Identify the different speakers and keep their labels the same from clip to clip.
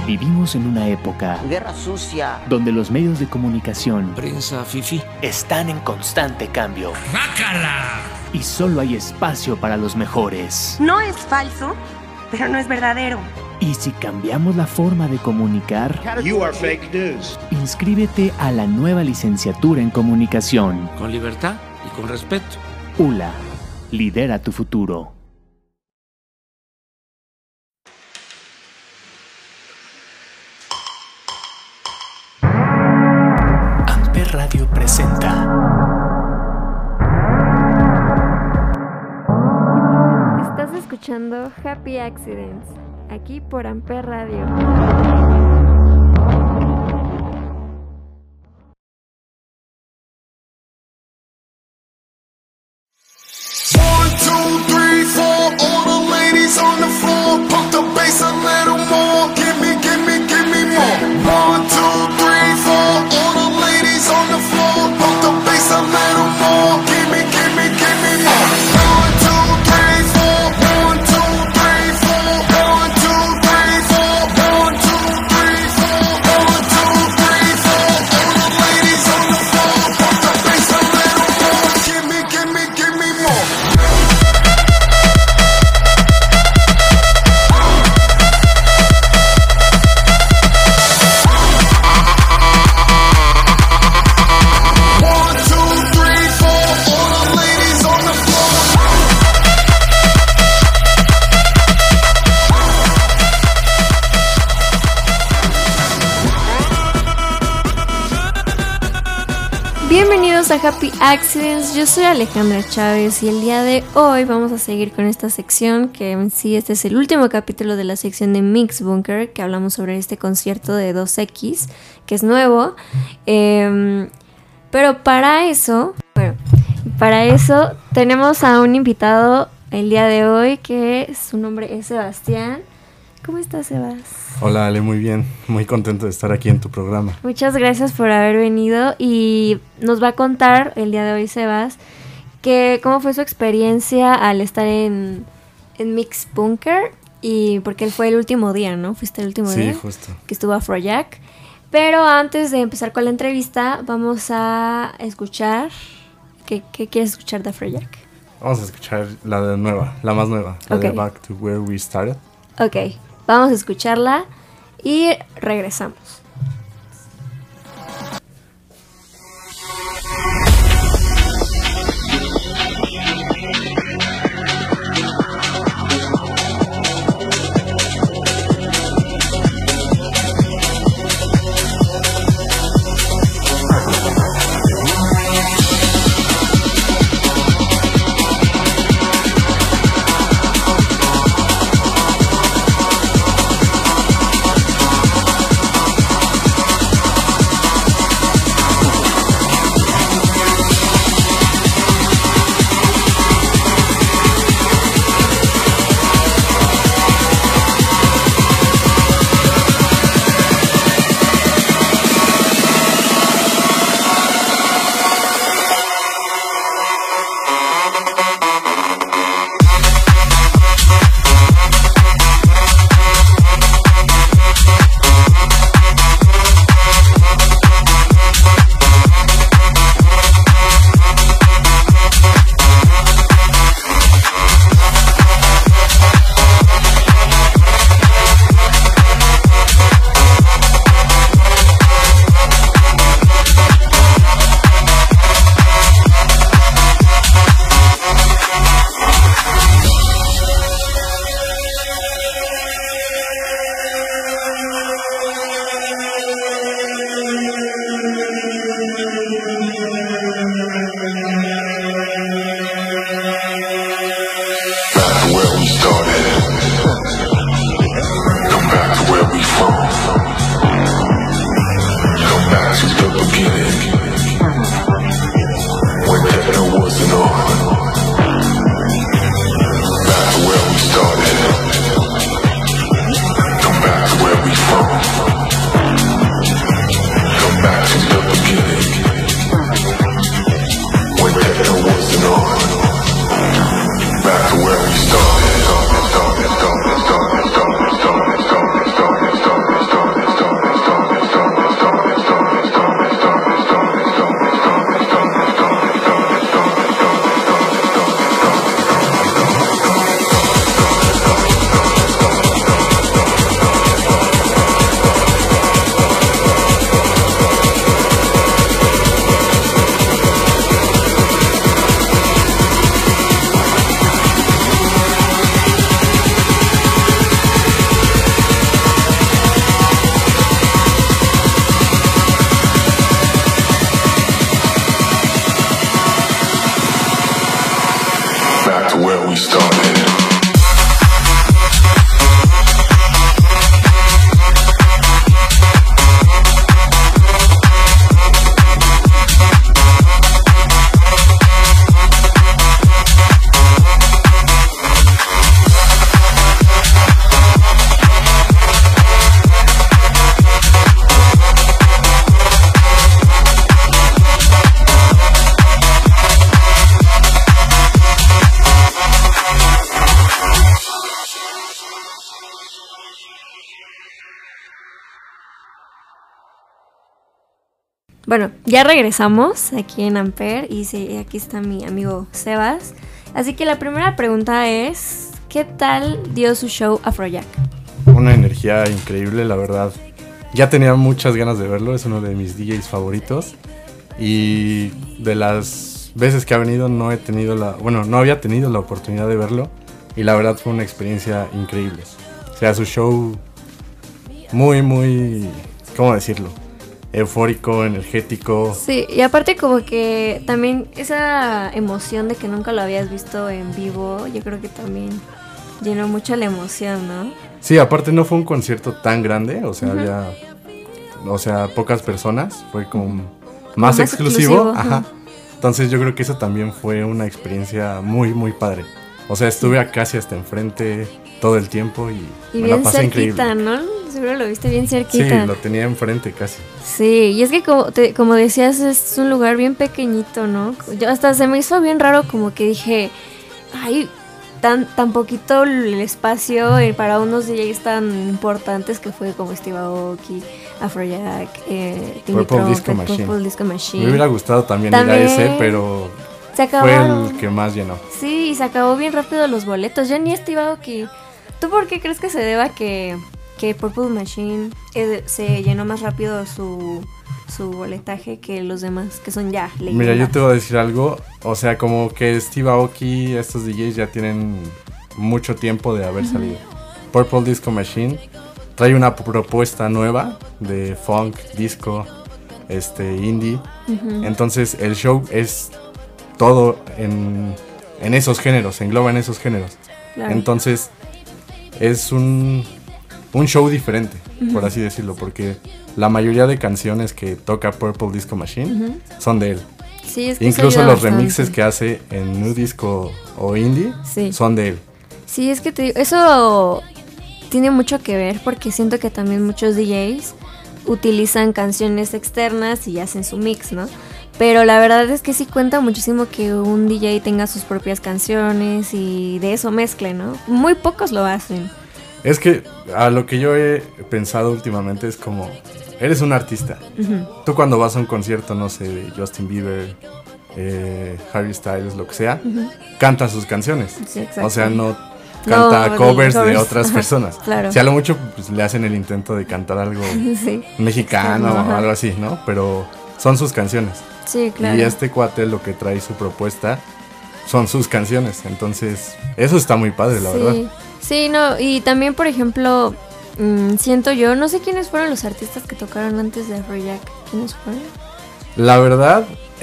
Speaker 1: Vivimos en una época
Speaker 2: guerra sucia,
Speaker 1: donde los medios de comunicación,
Speaker 3: prensa fifi,
Speaker 1: están en constante cambio.
Speaker 3: ¡Bácala!
Speaker 1: Y solo hay espacio para los mejores.
Speaker 4: No es falso, pero no es verdadero.
Speaker 1: Y si cambiamos la forma de comunicar,
Speaker 5: You are fake news.
Speaker 1: inscríbete a la nueva licenciatura en comunicación.
Speaker 3: Con libertad y con respeto.
Speaker 1: ULA, lidera tu futuro. Amper Radio presenta
Speaker 6: Estás escuchando Happy Accidents, aquí por Amper Radio. Bienvenidos a Happy Accidents, yo soy Alejandra Chávez y el día de hoy vamos a seguir con esta sección que en sí este es el último capítulo de la sección de Mix Bunker, que hablamos sobre este concierto de 2X que es nuevo, pero para eso tenemos a un invitado el día de hoy que su nombre es Sebastián. ¿Cómo estás, Sebas?
Speaker 7: Hola Ale, muy bien, muy contento de estar aquí en tu programa.
Speaker 6: Muchas gracias por haber venido y nos va a contar el día de hoy Sebas que cómo fue su experiencia al estar en Mix Bunker, y porque él fue el último día, ¿no? Fuiste el último día.
Speaker 7: Sí, justo.
Speaker 6: Que estuvo Afrojack. Pero antes de empezar con la entrevista vamos a escuchar ¿qué quieres escuchar de Afrojack?
Speaker 7: Vamos a escuchar la nueva, la más nueva, la de Back to Where We Started.
Speaker 6: Ok, vamos a escucharla y regresamos. Bueno, ya regresamos aquí en Ampere y sí, aquí está mi amigo Sebas. Así que la primera pregunta es, ¿qué tal dio su show Afrojack?
Speaker 7: Una energía increíble, la verdad. Ya tenía muchas ganas de verlo, es uno de mis DJs favoritos. Y de las veces que ha venido no había tenido la oportunidad de verlo. Y la verdad fue una experiencia increíble. O sea, su show muy, ¿cómo decirlo? Eufórico, energético.
Speaker 6: Sí, y aparte como que también esa emoción de que nunca lo habías visto en vivo, yo creo que también llenó mucho la emoción, ¿no?
Speaker 7: Sí, aparte no fue un concierto tan grande, o sea, había pocas personas, fue como más exclusivo. Ajá. Entonces yo creo que eso también fue una experiencia muy padre. O sea, estuve casi hasta enfrente todo el tiempo y me la pasé
Speaker 6: cerquita,
Speaker 7: increíble.
Speaker 6: ¿no? Seguro lo viste bien cerquita.
Speaker 7: Sí, lo tenía enfrente casi.
Speaker 6: Sí, y es que como decías, es un lugar bien pequeñito, ¿no? Yo hasta se me hizo bien raro, como que dije, ay, tan poquito el espacio para unos DJs tan importantes que fue como Steve Aoki, Afrojack,
Speaker 7: Purple Disco Machine. Me hubiera gustado también ir a ese, pero fue el que más llenó.
Speaker 6: Sí, y se acabó bien rápido los boletos. Ya ni Steve Aoki. ¿Tú por qué crees que se deba que Purple Machine se llenó más rápido su boletaje que los demás, que son ya leyendas?
Speaker 7: Mira, yo te voy a decir algo. O sea, como que Steve Aoki, estos DJs ya tienen mucho tiempo de haber salido. Purple Disco Machine trae una propuesta nueva de funk, disco, indie. Entonces el show es todo en esos géneros, engloba en esos géneros. Claro. Entonces es un show diferente, por así decirlo, porque la mayoría de canciones que toca Purple Disco Machine son de él.
Speaker 6: Sí, es que
Speaker 7: incluso los remixes que hace en New Disco o Indie son de él.
Speaker 6: Sí, es que te digo, eso tiene mucho que ver porque siento que también muchos DJs utilizan canciones externas y hacen su mix, ¿no? Pero la verdad es que sí cuenta muchísimo que un DJ tenga sus propias canciones y de eso mezcle, ¿no? Muy pocos lo hacen.
Speaker 7: Es que a lo que yo he pensado últimamente es como, eres un artista. Tú cuando vas a un concierto, no sé, de Justin Bieber, Harry Styles, lo que sea, cantas sus canciones.
Speaker 6: Sí, exacto.
Speaker 7: O sea, no canta covers de otras personas.
Speaker 6: Claro.
Speaker 7: Si a lo mucho pues, le hacen el intento de cantar algo mexicano o algo así, ¿no? Pero son sus canciones.
Speaker 6: Sí, claro.
Speaker 7: Y este cuate lo que trae su propuesta son sus canciones. Entonces, eso está muy padre, la verdad.
Speaker 6: Sí, no, y también, por ejemplo, siento yo, no sé quiénes fueron los artistas que tocaron antes de Afrojack. ¿Quiénes fueron?
Speaker 7: La verdad,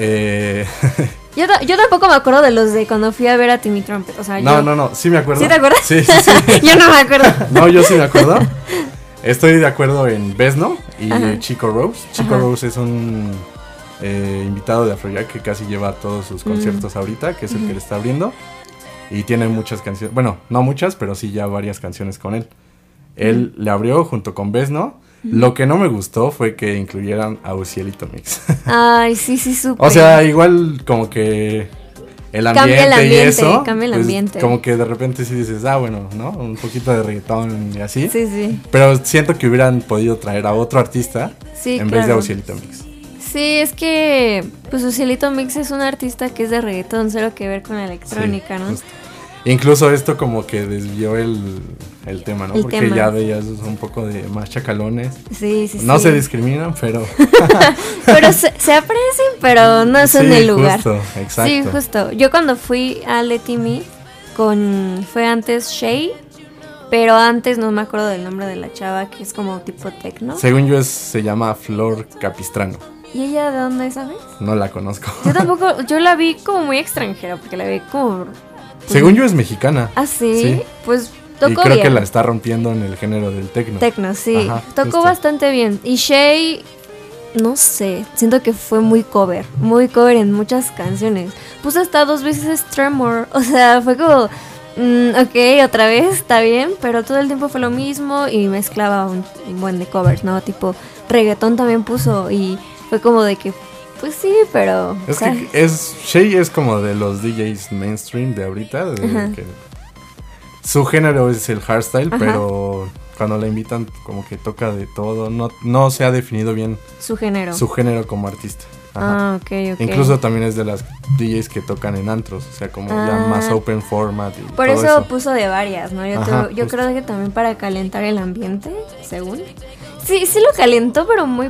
Speaker 6: Yo tampoco me acuerdo de los de cuando fui a ver a Timmy Trumpet. O sea,
Speaker 7: no, sí me acuerdo.
Speaker 6: ¿Sí te acuerdas?
Speaker 7: Sí.
Speaker 6: Yo no me acuerdo.
Speaker 7: No, yo sí me acuerdo. Estoy de acuerdo en Besno y Chico Rose. Chico Rose es un invitado de Afrojack que casi lleva todos sus conciertos ahorita, que es el que le está abriendo. Y tiene muchas canciones, bueno, no muchas, pero sí ya varias canciones con él. Él le abrió junto con Besno. Lo que no me gustó fue que incluyeran a Ucielito Mix.
Speaker 6: Ay, sí, supe.
Speaker 7: O sea, igual como que el ambiente y eso.
Speaker 6: Cambia el ambiente.
Speaker 7: Como que de repente sí dices, bueno, ¿no? Un poquito de reggaetón y así.
Speaker 6: Sí.
Speaker 7: Pero siento que hubieran podido traer a otro artista en vez de a Ucielito Mix.
Speaker 6: Sí, es que pues Ucielito Mix es un artista que es de reggaetón, cero que ver con la electrónica, ¿no?
Speaker 7: Justo. Incluso esto como que desvió el tema, ¿no? Porque ya veías un poco de más chacalones.
Speaker 6: Sí.
Speaker 7: No se discriminan, pero...
Speaker 6: pero se aprecian, pero no son el lugar.
Speaker 7: Justo, exacto.
Speaker 6: Sí, justo. Yo cuando fui al de Timmy, fue antes Shay, pero antes no me acuerdo del nombre de la chava, que es como tipo techno.
Speaker 7: Según yo se llama Flor Capistrano.
Speaker 6: ¿Y ella de dónde, sabes?
Speaker 7: No la conozco.
Speaker 6: Yo tampoco, yo la vi como muy extranjera, porque la vi como...
Speaker 7: Según yo es mexicana.
Speaker 6: ¿Ah, sí? Pues tocó
Speaker 7: y creo
Speaker 6: bien.
Speaker 7: Que la está rompiendo en el género del techno.
Speaker 6: Techno, sí.
Speaker 7: Ajá,
Speaker 6: tocó
Speaker 7: justo.
Speaker 6: bastante bien. Y Shay, no sé, siento que fue muy cover en muchas canciones. Puso hasta 2 veces Tremor, o sea, fue como... ok, otra vez, está bien, pero todo el tiempo fue lo mismo y mezclaba un buen de covers, ¿no? Tipo, reggaetón también puso y fue como de que... Pues sí, pero...
Speaker 7: Es que Shay es como de los DJs mainstream de ahorita. Que su género es el hardstyle, pero cuando la invitan como que toca de todo, no se ha definido bien
Speaker 6: Su género.
Speaker 7: su género como artista.
Speaker 6: Ah, ok.
Speaker 7: Incluso también es de las DJs que tocan en antros, o sea, como ya más open format y
Speaker 6: Por
Speaker 7: todo
Speaker 6: eso puso de varias, ¿no? Yo
Speaker 7: justo.
Speaker 6: creo que también para calentar el ambiente, según. Sí lo calentó, pero muy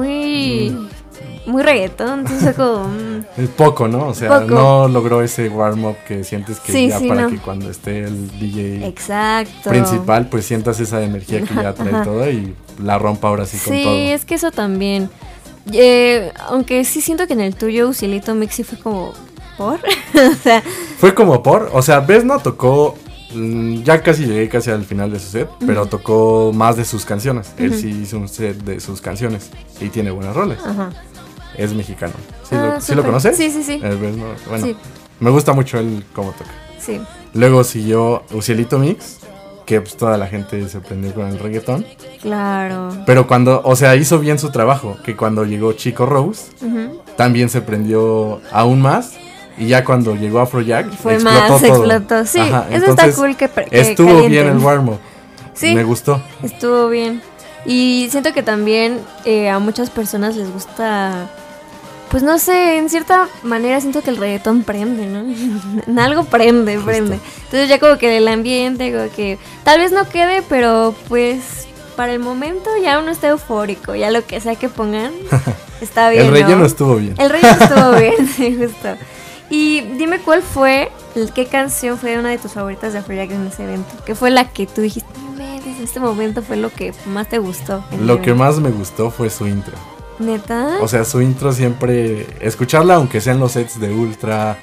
Speaker 6: reggaetón, entonces como...
Speaker 7: Es poco, ¿no? O sea,
Speaker 6: Poco.
Speaker 7: no logró ese warm-up que sientes que
Speaker 6: Sí,
Speaker 7: ya
Speaker 6: sí,
Speaker 7: para
Speaker 6: no.
Speaker 7: que cuando esté el DJ
Speaker 6: Exacto.
Speaker 7: principal, pues sientas esa energía que ya trae todo y la rompa ahora sí con todo.
Speaker 6: Sí, es que eso también. Aunque sí siento que en el tuyo Ucielito Mix sí fue como... ¿por? O sea...
Speaker 7: Fue como o sea, Vesno tocó, ya llegué casi al final de su set, pero tocó más de sus canciones. Él sí hizo un set de sus canciones y tiene buenas roles.
Speaker 6: Ajá.
Speaker 7: Es mexicano. ¿Sí, ¿sí
Speaker 6: Súper.
Speaker 7: lo conoces?
Speaker 6: Sí.
Speaker 7: Vesno, bueno,
Speaker 6: Sí.
Speaker 7: me gusta mucho él cómo toca.
Speaker 6: Sí.
Speaker 7: Luego siguió Ucielito Mix, que pues toda la gente se prendió con el reggaetón.
Speaker 6: Claro.
Speaker 7: Pero o sea, hizo bien su trabajo, que cuando llegó Chico Rose, también se prendió aún más. Y ya cuando llegó Afrojack,
Speaker 6: explotó. Sí,
Speaker 7: Ajá,
Speaker 6: eso
Speaker 7: entonces,
Speaker 6: está cool que
Speaker 7: estuvo
Speaker 6: calienten.
Speaker 7: bien el warm-up.
Speaker 6: Sí.
Speaker 7: Me gustó.
Speaker 6: Estuvo bien. Y siento que también a muchas personas les gusta... Pues no sé, en cierta manera siento que el reggaetón prende, ¿no? En algo prende. Entonces ya como que el ambiente, como que tal vez no quede, pero pues para el momento ya uno está eufórico, ya lo que sea que pongan está bien,
Speaker 7: El relleno
Speaker 6: ¿no?
Speaker 7: estuvo bien.
Speaker 6: El relleno estuvo bien, sí, justo. Y dime qué canción fue una de tus favoritas de Afrojack en ese evento, ¿qué fue la que tú dijiste, desde este momento fue lo que más te gustó?
Speaker 7: Lo que más me gustó fue su intro.
Speaker 6: ¿Neta?
Speaker 7: O sea, su intro siempre... Escucharla, aunque sean los sets de Ultra,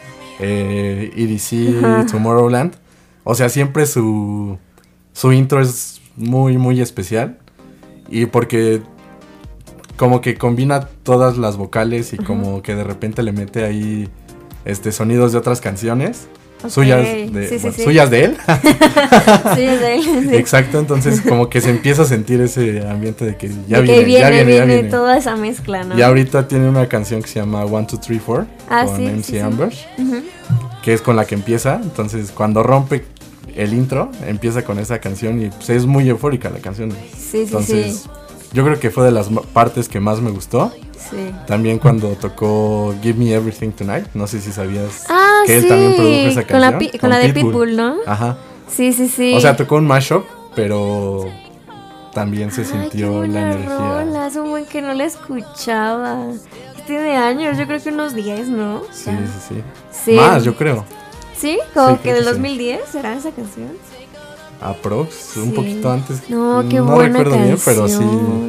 Speaker 7: EDC, Tomorrowland. O sea, siempre su intro es muy, muy especial. Y porque como que combina todas las vocales y como que de repente le mete ahí sonidos de otras canciones.
Speaker 6: Okay.
Speaker 7: Suyas de él.
Speaker 6: Sí, es de él. Sí.
Speaker 7: Exacto, entonces como que se empieza a sentir ese ambiente de que ya
Speaker 6: viene toda esa mezcla, ¿no?
Speaker 7: Y ahorita tiene una canción que se llama 1, 2, 3, 4 con MC Ambush, que es con la que empieza. Entonces cuando rompe el intro, empieza con esa canción y pues, es muy eufórica la canción. Entonces yo creo que fue de las partes que más me gustó.
Speaker 6: Sí.
Speaker 7: También cuando tocó Give Me Everything Tonight, no sé si sabías que él
Speaker 6: sí,
Speaker 7: también produjo esa canción.
Speaker 6: Con la de Pitbull, ¿no?
Speaker 7: Ajá.
Speaker 6: Sí.
Speaker 7: O sea, tocó un mashup, pero también se sintió la energía.
Speaker 6: Rola, es un buen que no la escuchaba. Tiene años, yo creo que unos 10, ¿no?
Speaker 7: Sí. Más, yo creo.
Speaker 6: ¿Sí? Como
Speaker 7: Sí,
Speaker 6: que del
Speaker 7: sí.
Speaker 6: 2010, ¿será esa canción?
Speaker 7: Aprox, un poquito antes.
Speaker 6: No, qué buena
Speaker 7: recuerdo
Speaker 6: canción.
Speaker 7: bien, pero sí.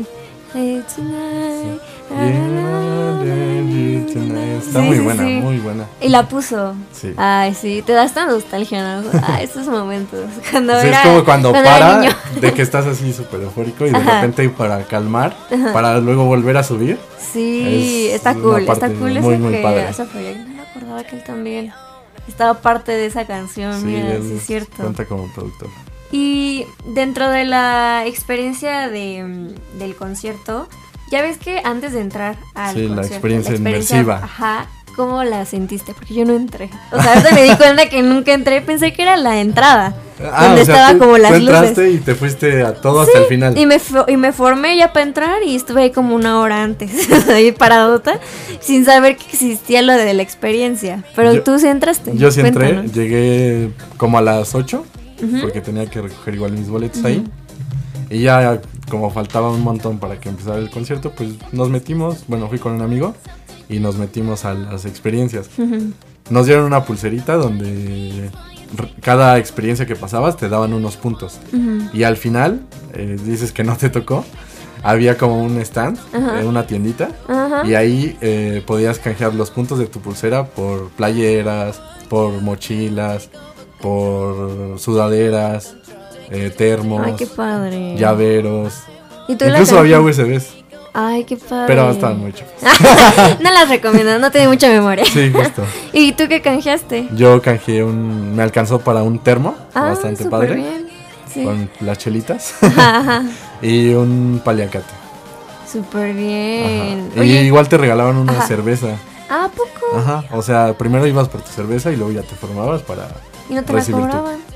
Speaker 7: Está muy buena, muy buena.
Speaker 6: Y la puso.
Speaker 7: Sí.
Speaker 6: Ay, sí, te da esta nostalgia, ¿no? Estos momentos. Cuando
Speaker 7: Sí,
Speaker 6: era,
Speaker 7: es como cuando
Speaker 6: era
Speaker 7: para
Speaker 6: niño.
Speaker 7: de que estás así súper eufórico y de repente para calmar, para luego volver a subir.
Speaker 6: Sí,
Speaker 7: Es
Speaker 6: está
Speaker 7: una
Speaker 6: cool,
Speaker 7: parte
Speaker 6: está cool
Speaker 7: muy,
Speaker 6: eso
Speaker 7: muy
Speaker 6: que
Speaker 7: padre.
Speaker 6: hace Afrojack. No me acordaba que él también estaba parte de esa canción,
Speaker 7: Sí,
Speaker 6: mira,
Speaker 7: él
Speaker 6: sí es cierto.
Speaker 7: cuenta como productor.
Speaker 6: Y dentro de la experiencia del concierto, ya ves que antes de entrar al
Speaker 7: Sí, la
Speaker 6: concierto,
Speaker 7: experiencia inmersiva.
Speaker 6: Ajá, ¿cómo la sentiste? Porque yo no entré. O sea, ahorita me di cuenta que nunca entré, pensé que era la entrada. Donde
Speaker 7: o sea,
Speaker 6: estaba como las
Speaker 7: tú entraste
Speaker 6: luces.
Speaker 7: y te fuiste a todo hasta el final.
Speaker 6: Y me formé ya para entrar y estuve ahí como una hora antes, ahí paradota, sin saber que existía lo de la experiencia. Pero tú sí entraste.
Speaker 7: Yo sí entré,
Speaker 6: Cuéntanos.
Speaker 7: Llegué como a las 8, porque tenía que recoger igual mis boletos ahí. Y ya como faltaba un montón para que empezara el concierto, pues nos metimos, bueno, fui con un amigo y nos metimos a las experiencias. Nos dieron una pulserita donde cada experiencia que pasabas te daban unos puntos. Y al final, dices que no te tocó, había como un stand, una tiendita, y ahí podías canjear los puntos de tu pulsera por playeras, por mochilas, por sudaderas, termos,
Speaker 6: Ay, qué padre.
Speaker 7: llaveros.
Speaker 6: ¿Y tú
Speaker 7: Incluso
Speaker 6: la
Speaker 7: había
Speaker 6: canjeaste?
Speaker 7: USBs,
Speaker 6: Ay, qué padre.
Speaker 7: pero estaban muy chafas.
Speaker 6: No las recomiendo, no tiene mucha memoria.
Speaker 7: Sí, justo.
Speaker 6: ¿Y tú qué canjeaste?
Speaker 7: Yo canjeé me alcanzó para un termo, bastante
Speaker 6: súper
Speaker 7: padre,
Speaker 6: bien. Sí.
Speaker 7: con las chelitas,
Speaker 6: Ajá.
Speaker 7: y un paliacate.
Speaker 6: Súper bien.
Speaker 7: Ajá. Y
Speaker 6: Oye,
Speaker 7: igual te regalaban una cerveza.
Speaker 6: ¿a poco?
Speaker 7: Ajá, o sea, primero ibas por tu cerveza y luego ya te formabas para
Speaker 6: ¿Y no te la
Speaker 7: recibir
Speaker 6: cobraban?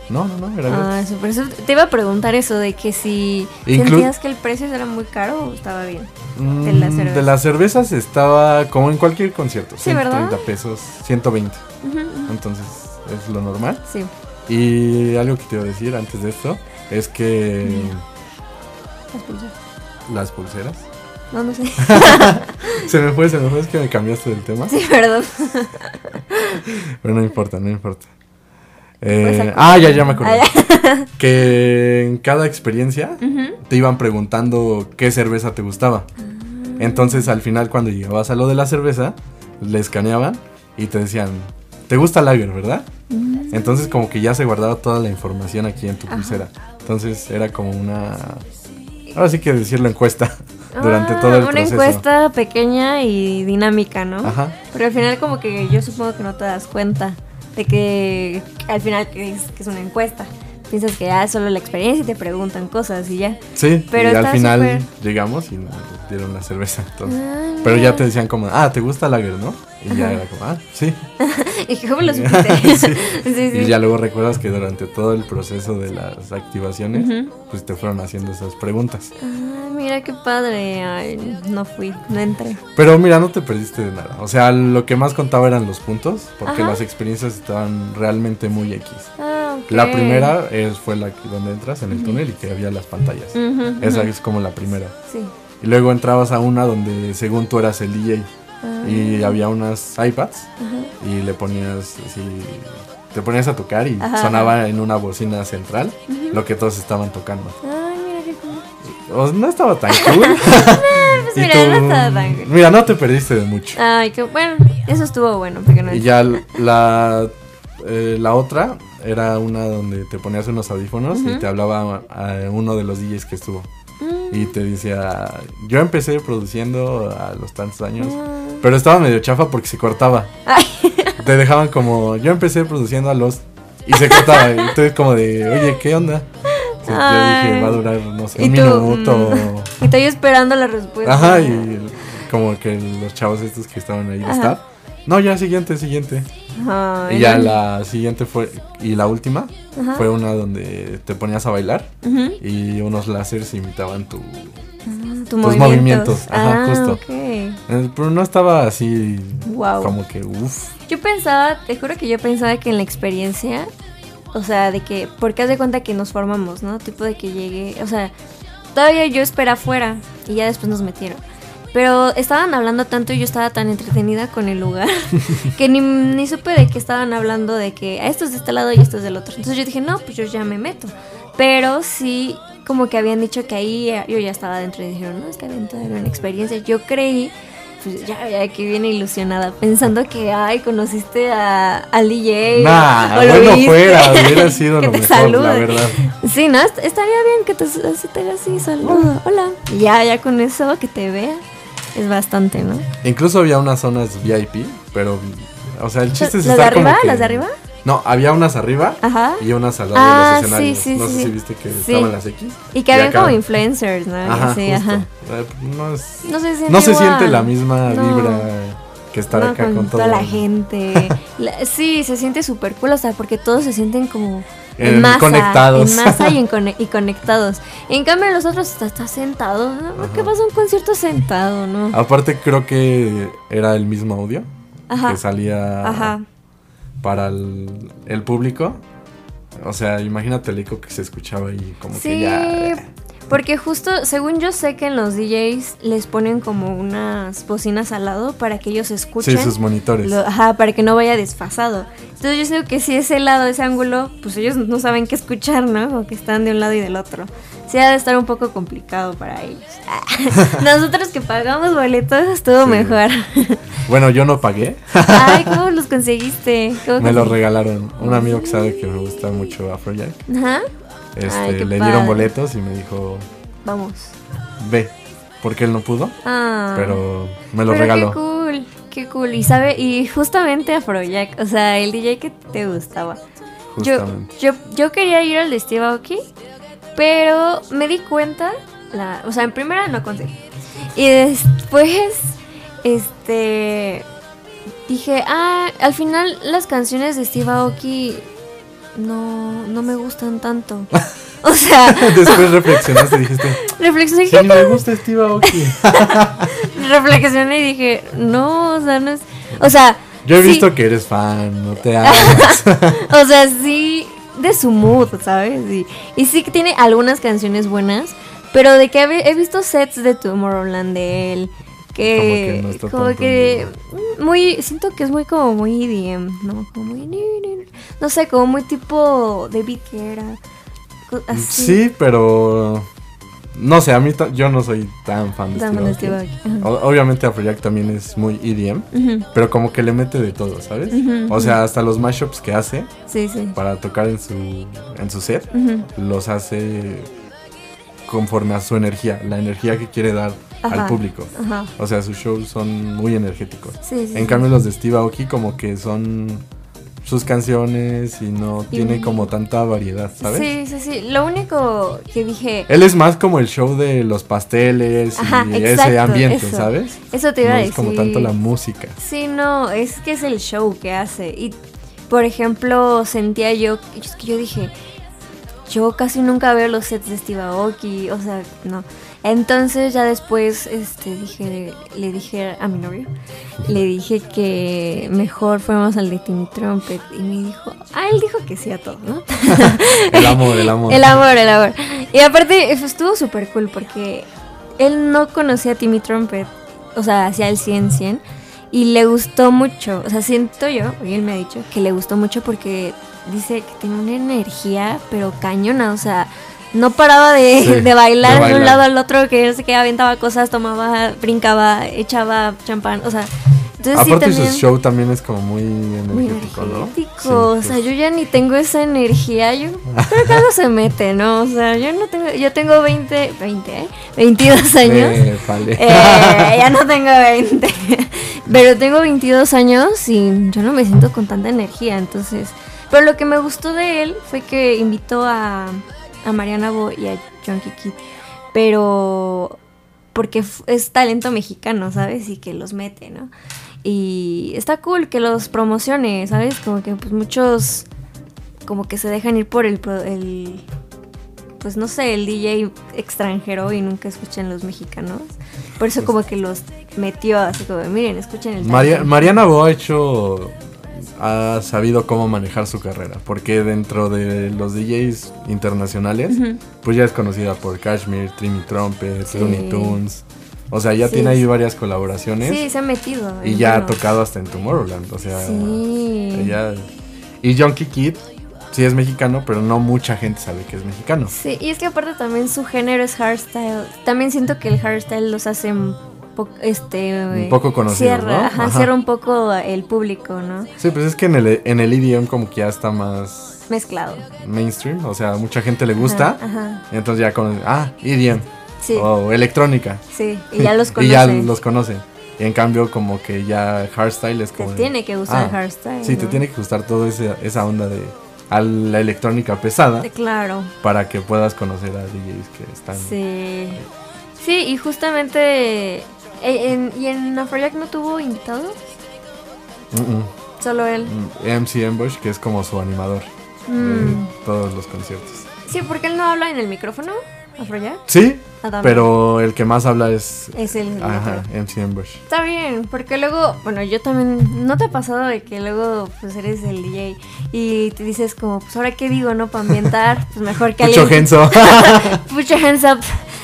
Speaker 7: No, era gratis.
Speaker 6: Por eso te iba a preguntar eso, de que si sentías que el precio era muy caro o estaba bien.
Speaker 7: De las cervezas estaba como en cualquier concierto,
Speaker 6: sí,
Speaker 7: 130
Speaker 6: ¿verdad?
Speaker 7: pesos, 120. Entonces es lo normal.
Speaker 6: Sí.
Speaker 7: Y algo que te iba a decir antes de esto es que las pulseras.
Speaker 6: No sé.
Speaker 7: se me fue, es que me cambiaste del tema.
Speaker 6: Sí, perdón.
Speaker 7: Pero no importa. Ya me acordé. Que en cada experiencia te iban preguntando qué cerveza te gustaba. Entonces al final, cuando llegabas a lo de la cerveza, le escaneaban y te decían, ¿te gusta lager, verdad? Entonces como que ya se guardaba toda la información aquí en tu pulsera. Entonces era como ahora sí que decirlo, encuesta durante todo el proceso.
Speaker 6: Una encuesta pequeña y dinámica, ¿no?
Speaker 7: Ajá.
Speaker 6: Pero al final como que yo supongo que no te das cuenta de que al final que es una encuesta. Piensas que ya es solo la experiencia y te preguntan cosas y ya.
Speaker 7: Sí,
Speaker 6: pero
Speaker 7: y al final llegamos y nos dieron la cerveza. Entonces. Pero ya te decían como, ¿te gusta lager, no? Y ya era como, sí.
Speaker 6: ¿Y cómo lo supiste?
Speaker 7: Sí.
Speaker 6: Sí.
Speaker 7: Y ya luego recuerdas que durante todo el proceso de las activaciones, pues te fueron haciendo esas preguntas.
Speaker 6: Mira qué padre. Ay, no fui, no entré.
Speaker 7: Pero mira, no te perdiste de nada. O sea, lo que más contaba eran los puntos, porque las experiencias estaban realmente muy X.
Speaker 6: Okay.
Speaker 7: La primera fue la donde entras en el túnel y que había las pantallas. Esa es como la primera.
Speaker 6: Sí.
Speaker 7: Y luego entrabas a una donde según tú eras el DJ. Y había unas iPads y le ponías así, te ponías a tocar y sonaba en una bocina central lo que todos estaban tocando.
Speaker 6: Ay, mira qué cool.
Speaker 7: No estaba tan cool.
Speaker 6: Pues mira, no estaba tan cool.
Speaker 7: Mira, no te perdiste de mucho.
Speaker 6: Ay, qué bueno, eso estuvo bueno. Porque no
Speaker 7: y ya la otra era una donde te ponías unos audífonos y te hablaba a uno de los DJs que estuvo. Y te decía, yo empecé produciendo a los tantos años, pero estaba medio chafa porque se cortaba.
Speaker 6: Ay.
Speaker 7: Te dejaban como, yo empecé produciendo a los... Y se cortaba. Y entonces como de, oye, ¿qué onda? Yo dije, va a durar, no sé, un minuto.
Speaker 6: Y estoy esperando la respuesta.
Speaker 7: Ajá, y como que los chavos estos que estaban ahí de staff. No, ya, siguiente.
Speaker 6: Ay,
Speaker 7: y ya la siguiente fue, y la última, fue una donde te ponías a bailar y unos láseres imitaban tus movimientos. Ajá, justo.
Speaker 6: Okay.
Speaker 7: Pero no estaba así como que
Speaker 6: Yo pensaba, te juro que yo pensaba que en la experiencia, o sea, de que, porque haz de cuenta que nos formamos, ¿no? Tipo de que llegué, o sea, todavía yo esperé afuera y ya después nos metieron. Pero estaban hablando tanto y yo estaba tan entretenida con el lugar que ni supe de qué estaban hablando, de que esto es de este lado y esto es del otro. Entonces yo dije, no, pues yo ya me meto. Pero sí, como que habían dicho que ahí yo ya estaba adentro y dijeron, no, es que adentro era una experiencia. Yo creí, pues ya que viene ilusionada, pensando que, conociste al DJ.
Speaker 7: Bueno, hubiera sido
Speaker 6: que
Speaker 7: lo
Speaker 6: te
Speaker 7: mejor,
Speaker 6: salude.
Speaker 7: la verdad.
Speaker 6: Sí, ¿no? Estaría bien que te haga así, saludo, hola. Y ya con eso, que te vea. Es bastante, ¿no?
Speaker 7: Incluso había unas zonas VIP, pero, o sea, el chiste es
Speaker 6: ¿Las
Speaker 7: estar
Speaker 6: de arriba?
Speaker 7: como que...
Speaker 6: ¿Las de arriba?
Speaker 7: No, había unas arriba y unas al lado de los escenarios.
Speaker 6: Sí,
Speaker 7: no sé
Speaker 6: sí.
Speaker 7: si viste que estaban las X.
Speaker 6: Y que habían como influencers, ¿no?
Speaker 7: Ajá,
Speaker 6: sí,
Speaker 7: justo.
Speaker 6: No se
Speaker 7: siente
Speaker 6: igual.
Speaker 7: la misma vibra que estar acá con todo.
Speaker 6: Toda la gente. Sí, se siente súper cool, o sea, porque todos se sienten como...
Speaker 7: conectados.
Speaker 6: En masa y conectados. En cambio los otros estás sentado, ¿no? ¿Qué pasa un concierto sentado, no?
Speaker 7: Aparte creo que era el mismo audio que salía para el público. O sea, imagínate el eco que se escuchaba ahí como que ya...
Speaker 6: Porque justo, según yo sé que en los DJs les ponen como unas bocinas al lado para que ellos escuchen.
Speaker 7: Sí, sus monitores.
Speaker 6: Para que no vaya desfasado. Entonces yo sé que si ese lado, ese ángulo, pues ellos no saben qué escuchar, ¿no? O que están de un lado y del otro. Sí, ha de estar un poco complicado para ellos. Nosotros que pagamos boletos estuvo mejor.
Speaker 7: Bueno, yo no pagué.
Speaker 6: Ay, ¿cómo los conseguiste?
Speaker 7: Me los regalaron. Un amigo que sabe que me gusta mucho Afrojack.
Speaker 6: Ajá.
Speaker 7: Le dieron boletos y me dijo,
Speaker 6: vamos,
Speaker 7: ve, porque él no pudo, pero me lo
Speaker 6: pero
Speaker 7: regaló.
Speaker 6: Qué cool. Y justamente Afrojack, o sea, el DJ que te gustaba. Yo quería ir al de Steve Aoki, pero me di cuenta, o sea, en primera no conseguí. Y después, dije, al final las canciones de Steve Aoki no me gustan tanto. O sea,
Speaker 7: Después reflexionaste y dijiste,
Speaker 6: reflexioné y
Speaker 7: sí,
Speaker 6: dije,
Speaker 7: me gusta Steve Aoki.
Speaker 6: reflexioné y dije, no, o sea, no es, o sea,
Speaker 7: Yo he
Speaker 6: sí,
Speaker 7: visto que eres fan, no te hagas.
Speaker 6: o sea, sí, de su mood, ¿sabes? Y sí que tiene algunas canciones buenas, pero de que he visto sets de Tomorrowland de él, que
Speaker 7: Como que no está
Speaker 6: como
Speaker 7: tanto
Speaker 6: que
Speaker 7: en
Speaker 6: muy, siento que es muy como muy EDM, ¿no? Como muy, no sé, como muy tipo David Guetta, así.
Speaker 7: Sí, pero no sé, a mí yo no soy tan fan de
Speaker 6: También de
Speaker 7: Steve Aoki.
Speaker 6: Steve Aoki, ajá.
Speaker 7: Obviamente Afrojack también es muy EDM,
Speaker 6: Ujú,
Speaker 7: pero como que le mete de todo, ¿sabes?
Speaker 6: Ujú,
Speaker 7: O sea, hasta los mashups que hace
Speaker 6: sí, sí.
Speaker 7: para tocar en su set,
Speaker 6: Ujú,
Speaker 7: los hace conforme a su energía, la energía que quiere dar
Speaker 6: Ajá.
Speaker 7: al público.
Speaker 6: Ajá.
Speaker 7: O sea, sus shows son muy energéticos.
Speaker 6: Sí, sí.
Speaker 7: En cambio los de Steve Aoki como que son sus canciones y no tiene como tanta variedad, ¿sabes?
Speaker 6: Sí, sí, sí. Lo único que dije.
Speaker 7: Él es más como el show de los pasteles
Speaker 6: Ajá,
Speaker 7: y ese
Speaker 6: exacto,
Speaker 7: ambiente,
Speaker 6: eso.
Speaker 7: ¿sabes?
Speaker 6: Eso te iba
Speaker 7: No
Speaker 6: a
Speaker 7: es
Speaker 6: decir.
Speaker 7: como tanto la música.
Speaker 6: Sí, no, es que es el show que hace. Y, por ejemplo, sentía yo, es que yo dije, yo casi nunca veo los sets de Steve Aoki, o sea, no. Entonces ya después le dije a mi novio, le dije que mejor fuéramos al de Timmy Trumpet. Y me dijo, él dijo que sí a todo, ¿no?
Speaker 7: El amor, el amor.
Speaker 6: El amor, el amor. Y aparte estuvo súper cool porque él no conocía a Timmy Trumpet, o sea, hacía el 100-100 y le gustó mucho. O sea, siento yo, y él me ha dicho que le gustó mucho porque dice que tiene una energía, pero cañona, o sea, no paraba de,
Speaker 7: Sí,
Speaker 6: de bailar
Speaker 7: de
Speaker 6: de un
Speaker 7: bailar.
Speaker 6: lado al otro, que no sé qué, aventaba cosas, tomaba, brincaba, echaba champán, o sea, entonces
Speaker 7: Aparte
Speaker 6: sí también...
Speaker 7: su show también es como muy
Speaker 6: Muy
Speaker 7: energético, ¿no?
Speaker 6: energético,
Speaker 7: Sí,
Speaker 6: o
Speaker 7: pues.
Speaker 6: sea, yo ya ni tengo esa energía, yo creo que algo se mete, ¿no? O sea, yo tengo 22 años,
Speaker 7: Vale.
Speaker 6: ya no tengo 20, pero tengo 22 años y yo no me siento con tanta energía, entonces, pero lo que me gustó de él fue que invitó a Mariana Bo y a Junkie Kid, pero porque es talento mexicano, ¿sabes? Y que los mete, ¿no? Y está cool que los promocione, ¿sabes? Como que pues muchos como que se dejan ir por el pues no sé, el DJ extranjero y nunca escuchan los mexicanos. Por eso como que los metió así como, miren, escuchen el talento.
Speaker 7: Mariana Bo ha sabido cómo manejar su carrera, porque dentro de los DJs internacionales, pues ya es conocida por Kashmir, Timmy Trumpet,
Speaker 6: Sí.
Speaker 7: Looney Tunes. O sea, ya
Speaker 6: Sí,
Speaker 7: tiene ahí
Speaker 6: sí.
Speaker 7: varias colaboraciones
Speaker 6: Sí, se ha metido.
Speaker 7: y ya ha tocado hasta en Tomorrowland. O sea,
Speaker 6: Sí.
Speaker 7: ella... Y Junkie Kid sí es mexicano, pero no mucha gente sabe que es mexicano.
Speaker 6: Sí, y es que aparte también su género es hardstyle. También siento que el hardstyle los hace un
Speaker 7: poco conocidos, ¿no? Ajá.
Speaker 6: Cierra un poco el público, ¿no?
Speaker 7: Sí, pues es que en el EDM como que ya está más
Speaker 6: Mezclado.
Speaker 7: mainstream, o sea, mucha gente le gusta.
Speaker 6: Ajá.
Speaker 7: Entonces ya con EDM
Speaker 6: Sí,
Speaker 7: o electrónica.
Speaker 6: sí, y ya los
Speaker 7: Y
Speaker 6: conoce.
Speaker 7: ya los conocen. Y en cambio como que ya hardstyle es
Speaker 6: Te
Speaker 7: como...
Speaker 6: tiene que gustar el hardstyle.
Speaker 7: Sí, te
Speaker 6: ¿no?
Speaker 7: tiene que gustar toda esa onda de a la electrónica pesada
Speaker 6: Claro.
Speaker 7: para que puedas conocer a DJs que están...
Speaker 6: Sí. Sí, y justamente... ¿Y en Afrojack no tuvo invitados? Solo él.
Speaker 7: MC Ambush, que es como su animador de todos los conciertos.
Speaker 6: Sí, porque él no habla en el micrófono, Afrojack.
Speaker 7: Sí,
Speaker 6: También.
Speaker 7: pero el que más habla es...
Speaker 6: Es el
Speaker 7: Ajá,
Speaker 6: otro.
Speaker 7: MC Ambush.
Speaker 6: Está bien, porque luego, bueno, yo también, ¿no te ha pasado de que luego pues eres el DJ y te dices como, pues ahora qué digo, ¿no? Para ambientar, pues mejor que
Speaker 7: Mucho
Speaker 6: alguien...
Speaker 7: genso.
Speaker 6: Put your hands up.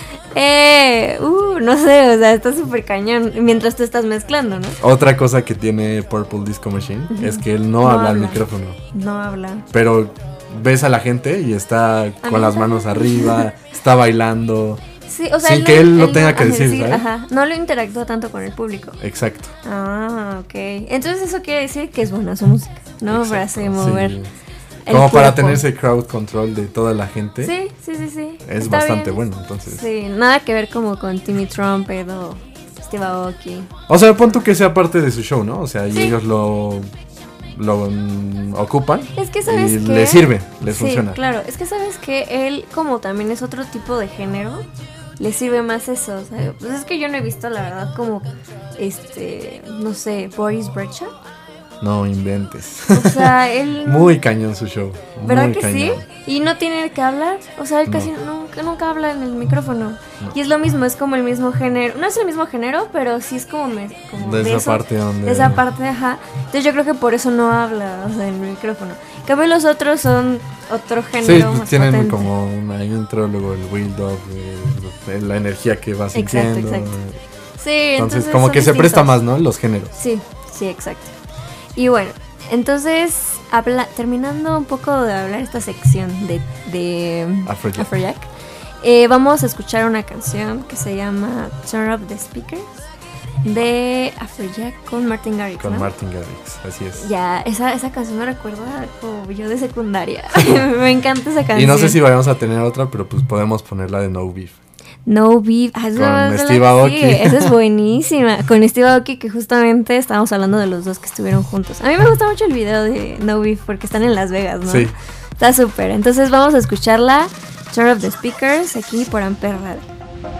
Speaker 6: No sé, o sea, está súper cañón mientras tú estás mezclando, ¿no?
Speaker 7: Otra cosa que tiene Purple Disco Machine es que él no
Speaker 6: No
Speaker 7: habla al
Speaker 6: habla.
Speaker 7: micrófono.
Speaker 6: No habla.
Speaker 7: Pero ves a la gente y está con las manos arriba, está bailando.
Speaker 6: Sí, o sea,
Speaker 7: Sin que él lo tenga
Speaker 6: no-
Speaker 7: que decir, ¿sabes?
Speaker 6: Ajá, no lo interactúa tanto con el público.
Speaker 7: Exacto.
Speaker 6: Ah, ok. Entonces eso quiere decir que es buena su música, ¿no? Para hacer
Speaker 7: Exacto,
Speaker 6: mover
Speaker 7: sí.
Speaker 6: el
Speaker 7: Como para
Speaker 6: cuerpo.
Speaker 7: tener ese crowd control de toda la gente.
Speaker 6: Sí, sí, sí, sí.
Speaker 7: Es
Speaker 6: Está
Speaker 7: bastante
Speaker 6: bien.
Speaker 7: bueno, entonces.
Speaker 6: Sí, nada que ver como con Timmy Trumpet o Steve Aoki.
Speaker 7: O sea, pon tú que sea parte de su show, ¿no? O sea, y
Speaker 6: Sí.
Speaker 7: ellos lo ocupan.
Speaker 6: Es que sabes
Speaker 7: y
Speaker 6: que
Speaker 7: les sirve, les
Speaker 6: sí,
Speaker 7: funciona.
Speaker 6: claro, es que sabes que él como también es otro tipo de género, le sirve más eso, o sea, pues es que yo no he visto la verdad como no sé, Boris Brejcha.
Speaker 7: No inventes.
Speaker 6: O sea, él...
Speaker 7: Muy cañón su show.
Speaker 6: ¿Verdad
Speaker 7: muy
Speaker 6: que
Speaker 7: cañón.
Speaker 6: sí? Y no tiene que hablar. O sea, él casi nunca habla en el micrófono. Y es lo mismo, es como el mismo género. No es el mismo género, pero sí es como
Speaker 7: de esa
Speaker 6: eso,
Speaker 7: parte donde...
Speaker 6: de esa parte, ajá. Entonces yo creo que por eso no habla, o sea, en el micrófono. En cambio los otros son otro género
Speaker 7: Sí,
Speaker 6: más
Speaker 7: tienen
Speaker 6: potente.
Speaker 7: como una intro, luego el build up, la energía que va sintiendo.
Speaker 6: Exacto. Sí,
Speaker 7: Entonces como
Speaker 6: son
Speaker 7: que se presta
Speaker 6: distintos.
Speaker 7: más, ¿no? Los géneros.
Speaker 6: Sí, exacto. Y bueno, entonces, terminando un poco de hablar esta sección de Afrojack, vamos a escuchar una canción que se llama Turn Up the Speakers de Afrojack con Martin Garrix.
Speaker 7: Con
Speaker 6: ¿no?
Speaker 7: Martin Garrix, así es.
Speaker 6: Ya, esa canción me recuerda como yo de secundaria. Me encanta esa canción.
Speaker 7: Y no sé si vayamos a tener otra, pero pues podemos ponerla de No Beef.
Speaker 6: No Beef.
Speaker 7: Con Steve Aoki.
Speaker 6: Sí, esa es buenísima. Con Steve Aoki, que justamente estábamos hablando de los dos que estuvieron juntos. A mí me gusta mucho el video de No Beef porque están en Las Vegas, ¿no?
Speaker 7: Sí.
Speaker 6: Está súper. Entonces vamos a escucharla. Turn Up the Speakers aquí por Amper Radio.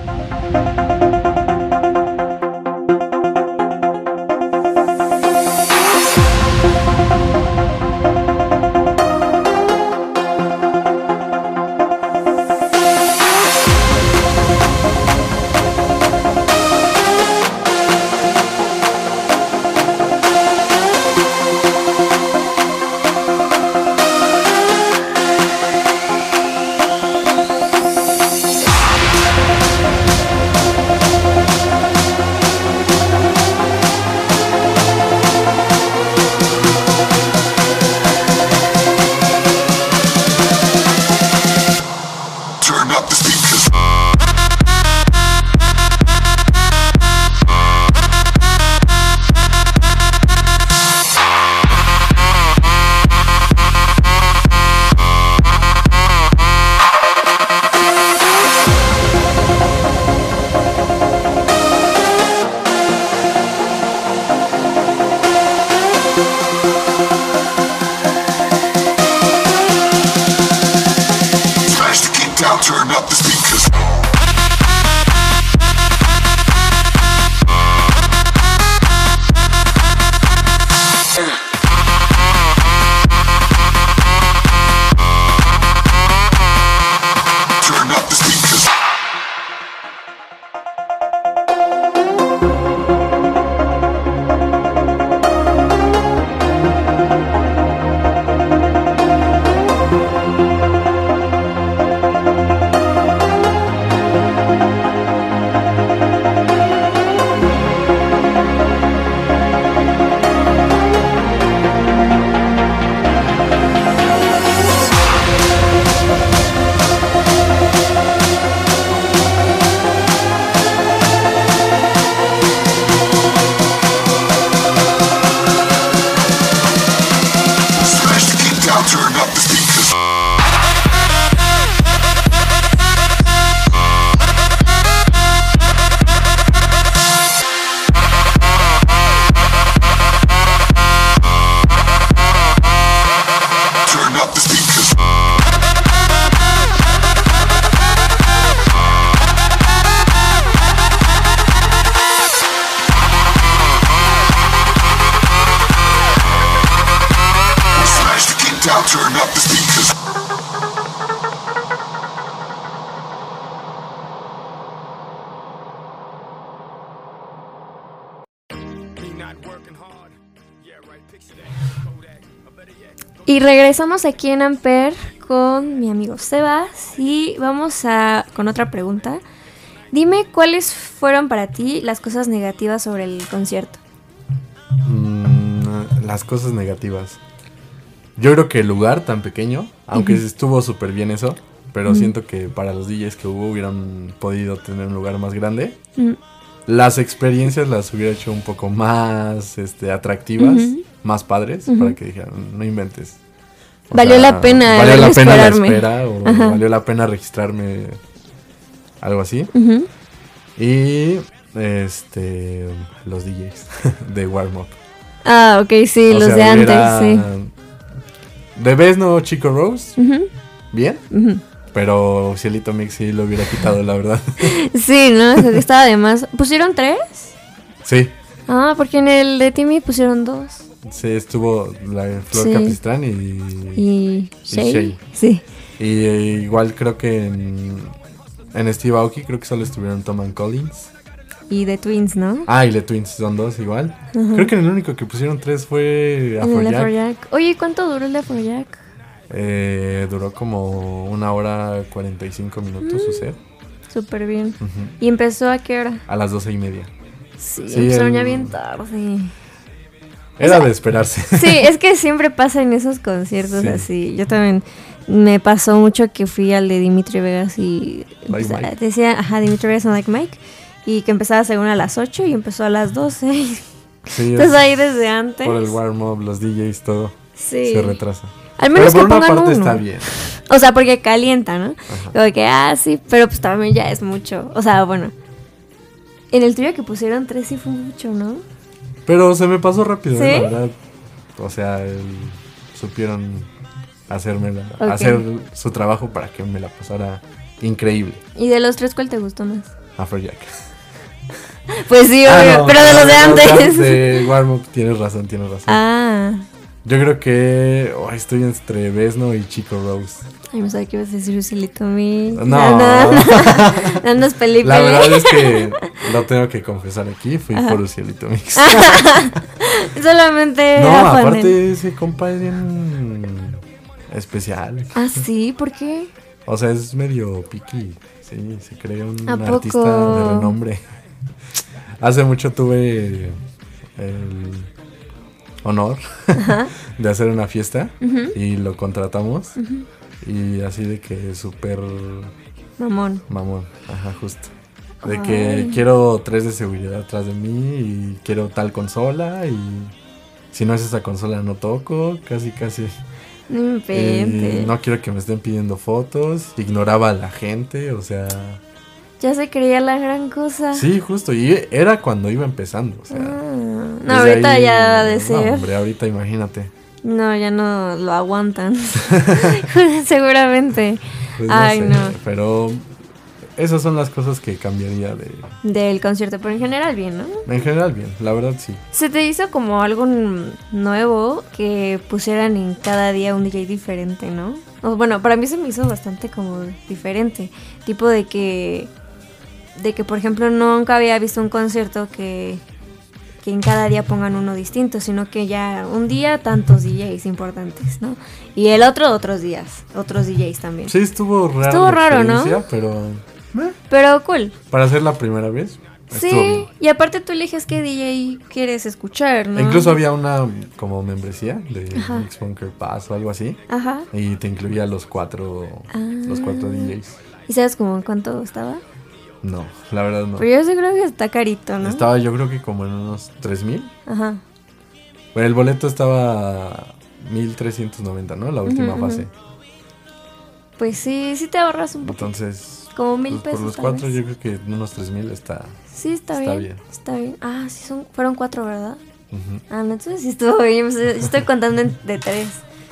Speaker 6: Y regresamos aquí en Amper con mi amigo Sebas y vamos con otra pregunta. Dime cuáles fueron para ti las cosas negativas sobre el concierto.
Speaker 7: Las cosas negativas. Yo creo que el lugar tan pequeño, aunque estuvo súper bien eso, pero siento que para los DJs que hubieran podido tener un lugar más grande. Las experiencias las hubiera hecho un poco más atractivas, más padres, para que dijeran, no inventes.
Speaker 6: Valió la pena
Speaker 7: la
Speaker 6: esperarme.
Speaker 7: espera o valió la pena registrarme, algo así. Y los DJs de Warm Up.
Speaker 6: Ah, ok, sí,
Speaker 7: O
Speaker 6: los
Speaker 7: sea,
Speaker 6: de antes,
Speaker 7: hubiera-
Speaker 6: sí.
Speaker 7: De vez no Chico Rose, bien, pero Cielito Mix sí lo hubiera quitado, la verdad.
Speaker 6: Sí, ¿no? O sea, que estaba de más. ¿Pusieron 3?
Speaker 7: Sí,
Speaker 6: Ah, porque en el de Timmy pusieron 2.
Speaker 7: Sí, estuvo la Flor
Speaker 6: Sí.
Speaker 7: Capistrán
Speaker 6: Y
Speaker 7: Shay.
Speaker 6: Shay. Sí.
Speaker 7: Y igual creo que en Steve Aoki creo que solo estuvieron Tom and Collins.
Speaker 6: Y The Twins, ¿no?
Speaker 7: Ah, y The Twins son 2 igual. Creo que en el único que pusieron 3 fue
Speaker 6: En el
Speaker 7: Afrojack.
Speaker 6: Afrojack. Oye, ¿cuánto duró el Afrojack?
Speaker 7: Duró como 1 hora 45 minutos su set.
Speaker 6: Súper bien.
Speaker 7: Ujú.
Speaker 6: ¿Y empezó a qué hora?
Speaker 7: A las 12:30.
Speaker 6: Sí,
Speaker 7: Sí,
Speaker 6: empezaron
Speaker 7: el-
Speaker 6: ya bien tarde.
Speaker 7: Era de esperarse.
Speaker 6: Sí, es que siempre pasa en esos conciertos
Speaker 7: Sí.
Speaker 6: así. Yo también me pasó mucho que fui al de Dimitri Vegas y
Speaker 7: Like Mike.
Speaker 6: decía, ajá, Dimitri Vegas and Like Mike. Y que empezaba según a las 8 y empezó a las 12.
Speaker 7: Sí,
Speaker 6: Entonces ahí desde antes.
Speaker 7: por el warm-up, los DJs, todo
Speaker 6: Sí.
Speaker 7: se retrasa.
Speaker 6: Al
Speaker 7: Pero
Speaker 6: menos
Speaker 7: por
Speaker 6: que
Speaker 7: una
Speaker 6: pongan
Speaker 7: parte
Speaker 6: uno.
Speaker 7: está bien.
Speaker 6: O sea, porque calienta, ¿no?
Speaker 7: Ajá.
Speaker 6: Como que, sí, pero pues también ya es mucho. O sea, bueno. En el tuyo que pusieron 3 sí fue mucho, ¿no?
Speaker 7: Pero se me pasó rápido,
Speaker 6: ¿Sí?
Speaker 7: la verdad. O sea, supieron
Speaker 6: Ok.
Speaker 7: hacer su trabajo para que me la pasara increíble.
Speaker 6: ¿Y de los 3 cuál te gustó más?
Speaker 7: Afrojack.
Speaker 6: Pues sí, obvio,
Speaker 7: no,
Speaker 6: pero de los de antes.
Speaker 7: De warm-up, tienes razón.
Speaker 6: Ah,
Speaker 7: Yo creo que estoy entre Besno y Chico Rose.
Speaker 6: ay, me sabía que ibas a decir Cielito Mix.
Speaker 7: No.
Speaker 6: Andas peli.
Speaker 7: La verdad es que lo tengo que confesar aquí, fui por Ucielito Mix.
Speaker 6: Solamente
Speaker 7: No,
Speaker 6: era fan de-
Speaker 7: aparte ese compa es bien especial.
Speaker 6: Ah, sí, ¿por qué?
Speaker 7: O sea, es medio piqui. Sí, se cree un
Speaker 6: ¿A poco?
Speaker 7: artista de renombre. Hace mucho tuve el honor de hacer una fiesta y lo contratamos. Y así de que súper
Speaker 6: Mamón.
Speaker 7: mamón. Ajá, justo. De que
Speaker 6: Ay.
Speaker 7: quiero 3 de seguridad atrás de mí y quiero tal consola y si no es esa consola no toco, casi.
Speaker 6: No me inventes.
Speaker 7: No quiero que me estén pidiendo fotos, ignoraba a la gente, o sea...
Speaker 6: Ya se creía la gran cosa.
Speaker 7: Sí, justo, y era cuando iba empezando, o sea...
Speaker 6: No,
Speaker 7: desde
Speaker 6: ahorita
Speaker 7: ahí-
Speaker 6: ya ha de
Speaker 7: No,
Speaker 6: ser.
Speaker 7: hombre, ahorita imagínate.
Speaker 6: No, ya no lo aguantan. Seguramente.
Speaker 7: Pues
Speaker 6: Ay,
Speaker 7: sé,
Speaker 6: no.
Speaker 7: Pero esas son las cosas que cambiaría
Speaker 6: Del concierto, pero en general bien, ¿no?
Speaker 7: En general bien, la verdad sí.
Speaker 6: ¿Se te hizo como algo nuevo que pusieran en cada día un DJ diferente, no? O, bueno, para mí se me hizo bastante como diferente. Tipo de que por ejemplo nunca había visto un concierto que en cada día pongan uno distinto, sino que ya un día tantos DJs importantes, ¿no? Y el otro otros días, otros DJs también.
Speaker 7: Sí, estuvo raro.
Speaker 6: Estuvo
Speaker 7: la
Speaker 6: raro, ¿no?
Speaker 7: experiencia, Pero
Speaker 6: Pero cool.
Speaker 7: para hacer la primera vez, estuvo
Speaker 6: Sí,
Speaker 7: bien.
Speaker 6: y aparte tú eliges qué DJ quieres escuchar, ¿no?
Speaker 7: Incluso había una como membresía de
Speaker 6: Ajá.
Speaker 7: Mix Bunker Pass o algo así.
Speaker 6: Ajá.
Speaker 7: Y te incluía los cuatro DJs.
Speaker 6: ¿Y sabes como cuánto estaba?
Speaker 7: No, la verdad no.
Speaker 6: Pero yo sí creo que está carito, ¿no?
Speaker 7: Estaba yo creo que como en unos 3,000.
Speaker 6: Ajá.
Speaker 7: Pero el boleto estaba 1,390, ¿no? La última
Speaker 6: Ujú,
Speaker 7: fase.
Speaker 6: Pues sí te ahorras un poco.
Speaker 7: Entonces,
Speaker 6: Como 1,000
Speaker 7: pues,
Speaker 6: pesos.
Speaker 7: por los
Speaker 6: tal
Speaker 7: 4
Speaker 6: vez.
Speaker 7: yo creo que en unos 3,000 está...
Speaker 6: Sí, está bien. Está bien. Ah, sí, fueron 4, ¿verdad?
Speaker 7: Ujú.
Speaker 6: Ah, no, entonces sí estuvo bien. Yo estoy contando de 3.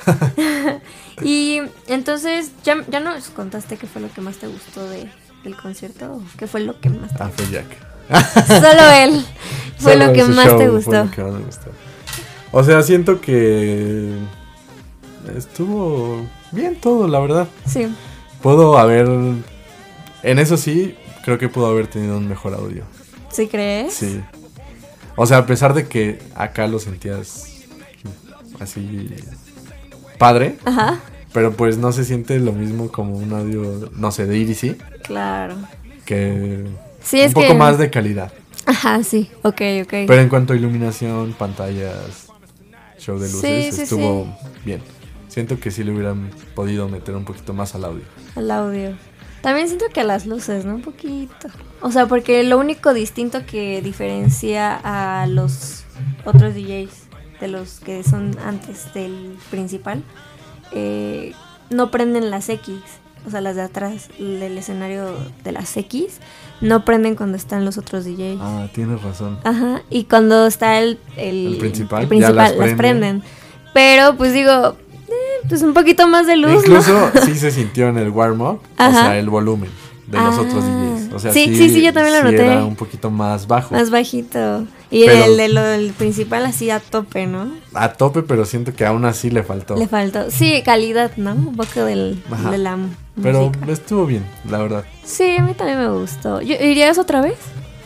Speaker 6: Y entonces, ¿ya nos contaste qué fue lo que más te gustó del concierto? ¿O qué fue lo que más te gustó?
Speaker 7: Afrojack.
Speaker 6: Solo él fue
Speaker 7: Solo
Speaker 6: lo que
Speaker 7: ese
Speaker 6: más
Speaker 7: show
Speaker 6: te
Speaker 7: fue
Speaker 6: gustó.
Speaker 7: lo que más me gustó. O sea, siento que estuvo bien todo, la verdad.
Speaker 6: Sí.
Speaker 7: Pudo haber... En eso sí, creo que pudo haber tenido un mejor audio.
Speaker 6: ¿Sí crees?
Speaker 7: Sí. O sea, a pesar de que acá lo sentías así padre,
Speaker 6: Ajá.
Speaker 7: pero pues no se siente lo mismo como un audio, no sé, de EDC,
Speaker 6: Claro.
Speaker 7: que
Speaker 6: Sí,
Speaker 7: un
Speaker 6: es
Speaker 7: poco
Speaker 6: que...
Speaker 7: más de calidad.
Speaker 6: Ajá, sí. Ok.
Speaker 7: Pero en cuanto a iluminación, pantallas, show de luces,
Speaker 6: Sí,
Speaker 7: estuvo bien. Siento que sí le hubieran podido meter un poquito más al audio.
Speaker 6: Al audio. También siento que a las luces, ¿no? Un poquito. O sea, porque lo único distinto que diferencia a los otros DJs de los que son antes del principal, no prenden las X. O sea, las de atrás del escenario de las X no prenden cuando están los otros DJs.
Speaker 7: Ah, tienes razón.
Speaker 6: Ajá, y cuando está el
Speaker 7: principal,
Speaker 6: ya
Speaker 7: ya las
Speaker 6: las
Speaker 7: prenden.
Speaker 6: prenden. Pero pues digo, pues un poquito más de luz,
Speaker 7: Incluso
Speaker 6: ¿no?
Speaker 7: sí se sintió en el warm-up, o
Speaker 6: Ajá.
Speaker 7: sea, el volumen de los otros DJs. O sea,
Speaker 6: Sí, yo también lo noté.
Speaker 7: Era un poquito más bajo.
Speaker 6: Más bajito. Y
Speaker 7: Pero-
Speaker 6: el principal así a tope, ¿no?
Speaker 7: A tope, pero siento que aún así le faltó.
Speaker 6: Le faltó. Sí, calidad, ¿no? Un poco
Speaker 7: Ajá.
Speaker 6: de la
Speaker 7: Pero
Speaker 6: música.
Speaker 7: estuvo bien, la verdad.
Speaker 6: Sí, a mí también me gustó. ¿Irías otra vez?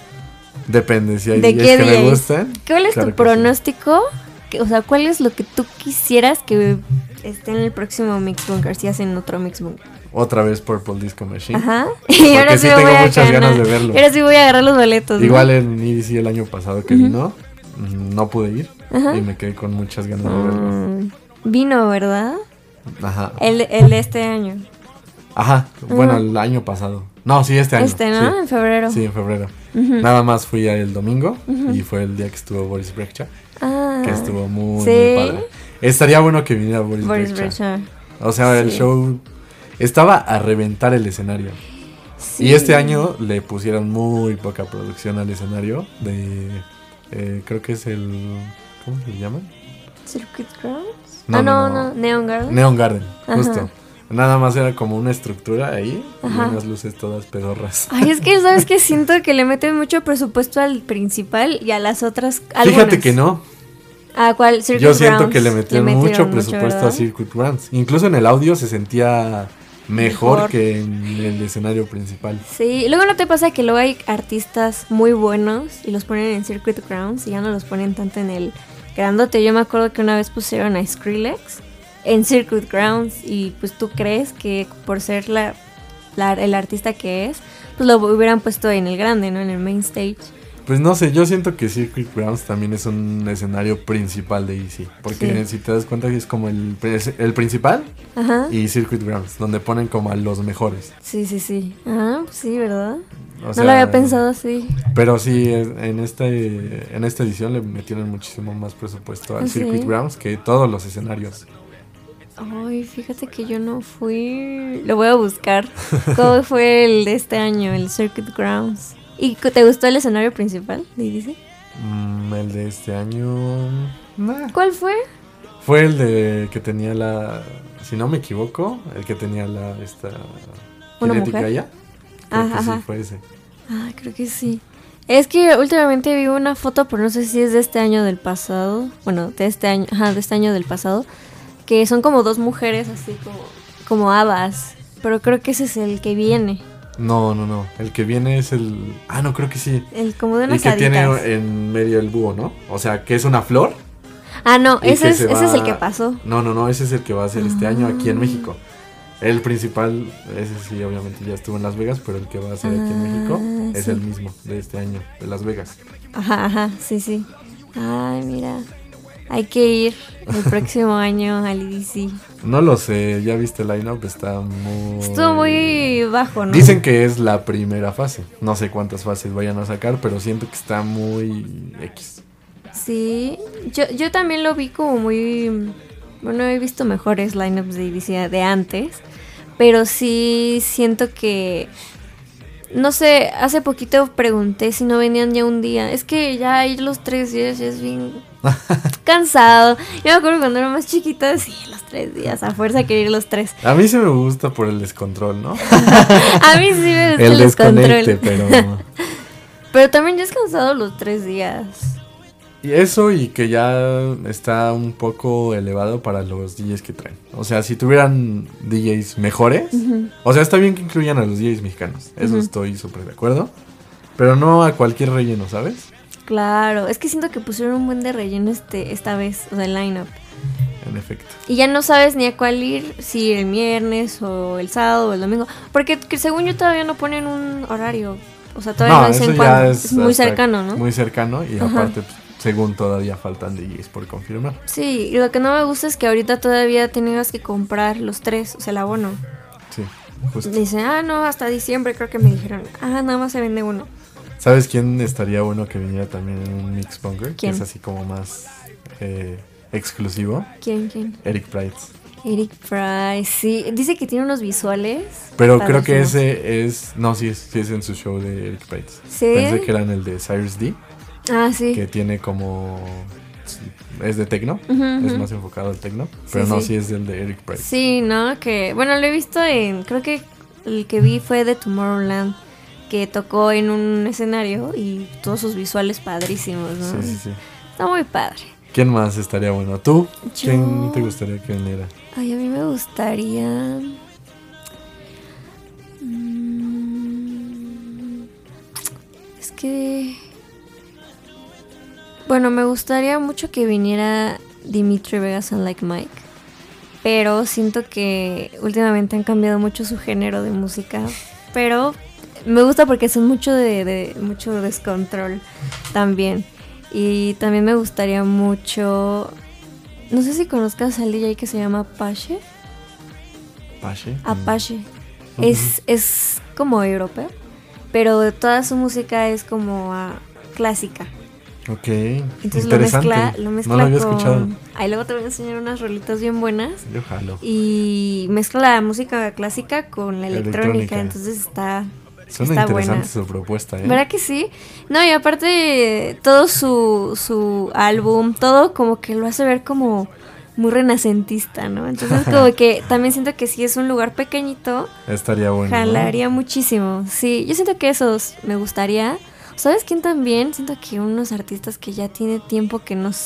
Speaker 7: Depende, si hay
Speaker 6: ¿De
Speaker 7: DJs
Speaker 6: qué
Speaker 7: que me
Speaker 6: DJs?
Speaker 7: gustan.
Speaker 6: ¿Cuál es
Speaker 7: claro
Speaker 6: tu
Speaker 7: que sí.
Speaker 6: pronóstico? O sea, ¿cuál es lo que tú quisieras que esté en el próximo Mix Bunker si hacen otro Mix Bunker?
Speaker 7: Otra vez Purple Disco Machine.
Speaker 6: Ajá.
Speaker 7: Porque
Speaker 6: Y ahora
Speaker 7: sí
Speaker 6: sí me
Speaker 7: tengo
Speaker 6: voy a
Speaker 7: muchas
Speaker 6: ganar.
Speaker 7: ganas de verlo.
Speaker 6: Y ahora sí voy a agarrar los boletos, ¿no?
Speaker 7: Igual en EDC el año pasado que vino, no pude ir.
Speaker 6: Ajá.
Speaker 7: Y me quedé con muchas ganas de verlo.
Speaker 6: Vino, ¿verdad?
Speaker 7: Ajá.
Speaker 6: El de este año.
Speaker 7: Ajá. Bueno, el año pasado. No, sí, este año.
Speaker 6: ¿No?
Speaker 7: Sí.
Speaker 6: En febrero.
Speaker 7: Sí, en febrero. Nada más fui el domingo y fue el día que estuvo Boris Brejcha,
Speaker 6: Ah.
Speaker 7: que estuvo muy,
Speaker 6: ¿Sí?
Speaker 7: muy padre. Estaría bueno que viniera Boris
Speaker 6: Boris
Speaker 7: Brejcha.
Speaker 6: Brejcha.
Speaker 7: O sea, el
Speaker 6: Sí.
Speaker 7: show estaba a reventar el escenario.
Speaker 6: Sí.
Speaker 7: Y este año le pusieron muy poca producción al escenario de... creo que es el... ¿Cómo se llama?
Speaker 6: ¿Circuit Grounds?
Speaker 7: No,
Speaker 6: No. Neon Garden.
Speaker 7: Neon Garden,
Speaker 6: Ajá.
Speaker 7: justo. Nada más era como una estructura ahí
Speaker 6: Ajá.
Speaker 7: y unas luces todas pedorras.
Speaker 6: Ay, es que, ¿sabes qué? Siento que le meten mucho presupuesto al principal y a las otras.
Speaker 7: Fíjate
Speaker 6: algunas.
Speaker 7: que no.
Speaker 6: ¿A cuál? Circuit
Speaker 7: Yo siento
Speaker 6: Grounds.
Speaker 7: que le metieron mucho presupuesto
Speaker 6: ¿verdad?
Speaker 7: a Circuit Grounds. Incluso en el audio se sentía mejor
Speaker 6: Mejor.
Speaker 7: que en el escenario principal.
Speaker 6: Sí, y luego no te pasa que luego hay artistas muy buenos y los ponen en Circuit Grounds y ya no los ponen tanto en el grandote. Yo me acuerdo que una vez pusieron a Skrillex en Circuit Grounds y pues tú crees que por ser el artista que es, pues lo hubieran puesto en el grande, ¿no? En el main stage.
Speaker 7: Pues no sé, yo siento que Circuit Grounds también es un escenario principal de EDC. Porque
Speaker 6: Sí.
Speaker 7: si te das cuenta que es como el principal
Speaker 6: Ajá.
Speaker 7: y Circuit Grounds, donde ponen como a los mejores.
Speaker 6: Sí. Ah, pues sí, ¿verdad?
Speaker 7: O
Speaker 6: No
Speaker 7: sea,
Speaker 6: lo había pensado así.
Speaker 7: Pero sí, en esta edición le metieron muchísimo más presupuesto al
Speaker 6: ¿Ah, sí?
Speaker 7: Circuit Grounds que todos los escenarios.
Speaker 6: Ay, fíjate que yo no fui. Lo voy a buscar. ¿Cómo fue el de este año, el Circuit Grounds? ¿Y te gustó el escenario principal de EDC?
Speaker 7: El de este año... nah.
Speaker 6: ¿Cuál fue?
Speaker 7: Fue el de que tenía si no me equivoco, el que tenía esta
Speaker 6: ¿Una
Speaker 7: Kinetic
Speaker 6: mujer?
Speaker 7: Gaia. Creo que
Speaker 6: Ajá.
Speaker 7: sí, fue ese.
Speaker 6: Ah, creo que sí. Es que últimamente vi una foto, pero no sé si es de este año o del pasado. Bueno, de este año, de este año del pasado. Que son como dos mujeres así como hadas. Pero creo que ese es el que viene.
Speaker 7: No. El que viene es el... Ah, no, creo que sí.
Speaker 6: El como de
Speaker 7: El
Speaker 6: unas
Speaker 7: que tiene
Speaker 6: haditas.
Speaker 7: en medio el búho, ¿no? O sea, que es una flor.
Speaker 6: Ah, no,
Speaker 7: y
Speaker 6: ese
Speaker 7: que
Speaker 6: es
Speaker 7: se
Speaker 6: el
Speaker 7: va-
Speaker 6: que pasó.
Speaker 7: No, ese es el que va a ser este año aquí en
Speaker 6: Ah.
Speaker 7: México. El principal, ese sí, obviamente ya estuvo en Las Vegas, pero el que va a ser aquí en México es
Speaker 6: sí.
Speaker 7: el mismo de este año, de Las Vegas.
Speaker 6: Ajá, sí. Ay, mira. Hay que ir el próximo año al EDC.
Speaker 7: No lo sé, ya viste el line-up, está muy...
Speaker 6: Estuvo muy bajo, ¿no?
Speaker 7: Dicen que es la primera fase. No sé cuántas fases vayan a sacar, pero siento que está muy X.
Speaker 6: Sí, yo también lo vi como muy... Bueno, he visto mejores lineups de EDC de antes, pero sí siento que... No sé, hace poquito pregunté si no venían ya un día. Es que ya ir los 3 días ya es bien cansado. Yo me acuerdo cuando era más chiquita, sí, los 3 días, a fuerza quería ir los 3.
Speaker 7: A mí sí me gusta por el descontrol, ¿no?
Speaker 6: A mí sí me gusta
Speaker 7: El
Speaker 6: descontrol.
Speaker 7: desconecte, pero...
Speaker 6: Pero también ya es cansado los 3 días.
Speaker 7: Y eso y que ya está un poco elevado para los DJs que traen. O sea, si tuvieran DJs mejores, o sea, está bien que incluyan a los DJs mexicanos. Eso estoy súper de acuerdo. Pero no a cualquier relleno, ¿sabes?
Speaker 6: Claro, es que siento que pusieron un buen de relleno esta vez, o sea, el lineup.
Speaker 7: En efecto.
Speaker 6: Y ya no sabes ni a cuál ir, si el viernes o el sábado o el domingo. Porque según yo todavía no ponen un horario. O sea, todavía no dicen
Speaker 7: eso
Speaker 6: cuándo.
Speaker 7: ya
Speaker 6: Es muy
Speaker 7: hasta
Speaker 6: cercano, ¿no?
Speaker 7: Muy cercano y
Speaker 6: Ajá.
Speaker 7: aparte, pues, según todavía faltan DJs por confirmar.
Speaker 6: Sí, y lo que no me gusta es que ahorita todavía tenías que comprar los 3, o sea, el abono.
Speaker 7: Sí, justo.
Speaker 6: Dicen, no, hasta diciembre creo que me dijeron. Nada más se vende uno.
Speaker 7: ¿Sabes quién estaría bueno que viniera también en un Mix Bunker?
Speaker 6: ¿Quién?
Speaker 7: Que es así como más exclusivo.
Speaker 6: ¿Quién?
Speaker 7: Eric Prydz.
Speaker 6: Eric Price, sí. Dice que tiene unos visuales.
Speaker 7: Pero creo que
Speaker 6: padrísimos.
Speaker 7: ese es... No, sí es en su show de Eric Prydz.
Speaker 6: ¿Sí?
Speaker 7: Pensé que era en el de Cyrus D,
Speaker 6: Sí.
Speaker 7: que tiene como... Es de techno,
Speaker 6: Ujú,
Speaker 7: es
Speaker 6: ujú.
Speaker 7: más enfocado al techno. Pero no, sí es el de Eric Prydz.
Speaker 6: Sí, ¿no? Que, bueno, lo he visto creo que el que vi fue de Tomorrowland. que tocó en un escenario y todos sus visuales padrísimos, ¿no?
Speaker 7: Sí.
Speaker 6: Está muy padre.
Speaker 7: ¿Quién más estaría bueno? ¿Tú?
Speaker 6: Yo-
Speaker 7: ¿Quién te gustaría que viniera?
Speaker 6: Ay, a mí me gustaría... Es que... Bueno, me gustaría mucho que viniera Dimitri Vegas and Like Mike. Pero siento que últimamente han cambiado mucho su género de música. Pero me gusta porque son mucho de mucho descontrol también. Y también me gustaría mucho... No sé si conozcas al DJ que se llama Apache.
Speaker 7: ¿Pache?
Speaker 6: Apache. Es como europeo, pero toda su música es como clásica.
Speaker 7: Ok,
Speaker 6: Entonces
Speaker 7: interesante.
Speaker 6: lo mezcla
Speaker 7: no lo había
Speaker 6: con...
Speaker 7: escuchado.
Speaker 6: Ahí luego te voy a enseñar unas rolitas bien buenas.
Speaker 7: Yo jalo.
Speaker 6: Y mezcla la música clásica con la electrónica.
Speaker 7: Electrónica.
Speaker 6: Entonces está
Speaker 7: Suena interesante
Speaker 6: buena.
Speaker 7: su propuesta, ¿eh?
Speaker 6: ¿Verdad que sí? No, y aparte todo su álbum, todo como que lo hace ver como muy renacentista, ¿no? Entonces como que también siento que si es un lugar pequeñito,
Speaker 7: Estaría bueno, ¿no?
Speaker 6: jalaría muchísimo. Sí, yo siento que esos me gustaría. ¿Sabes quién también? Siento que unos artistas que ya tiene tiempo que no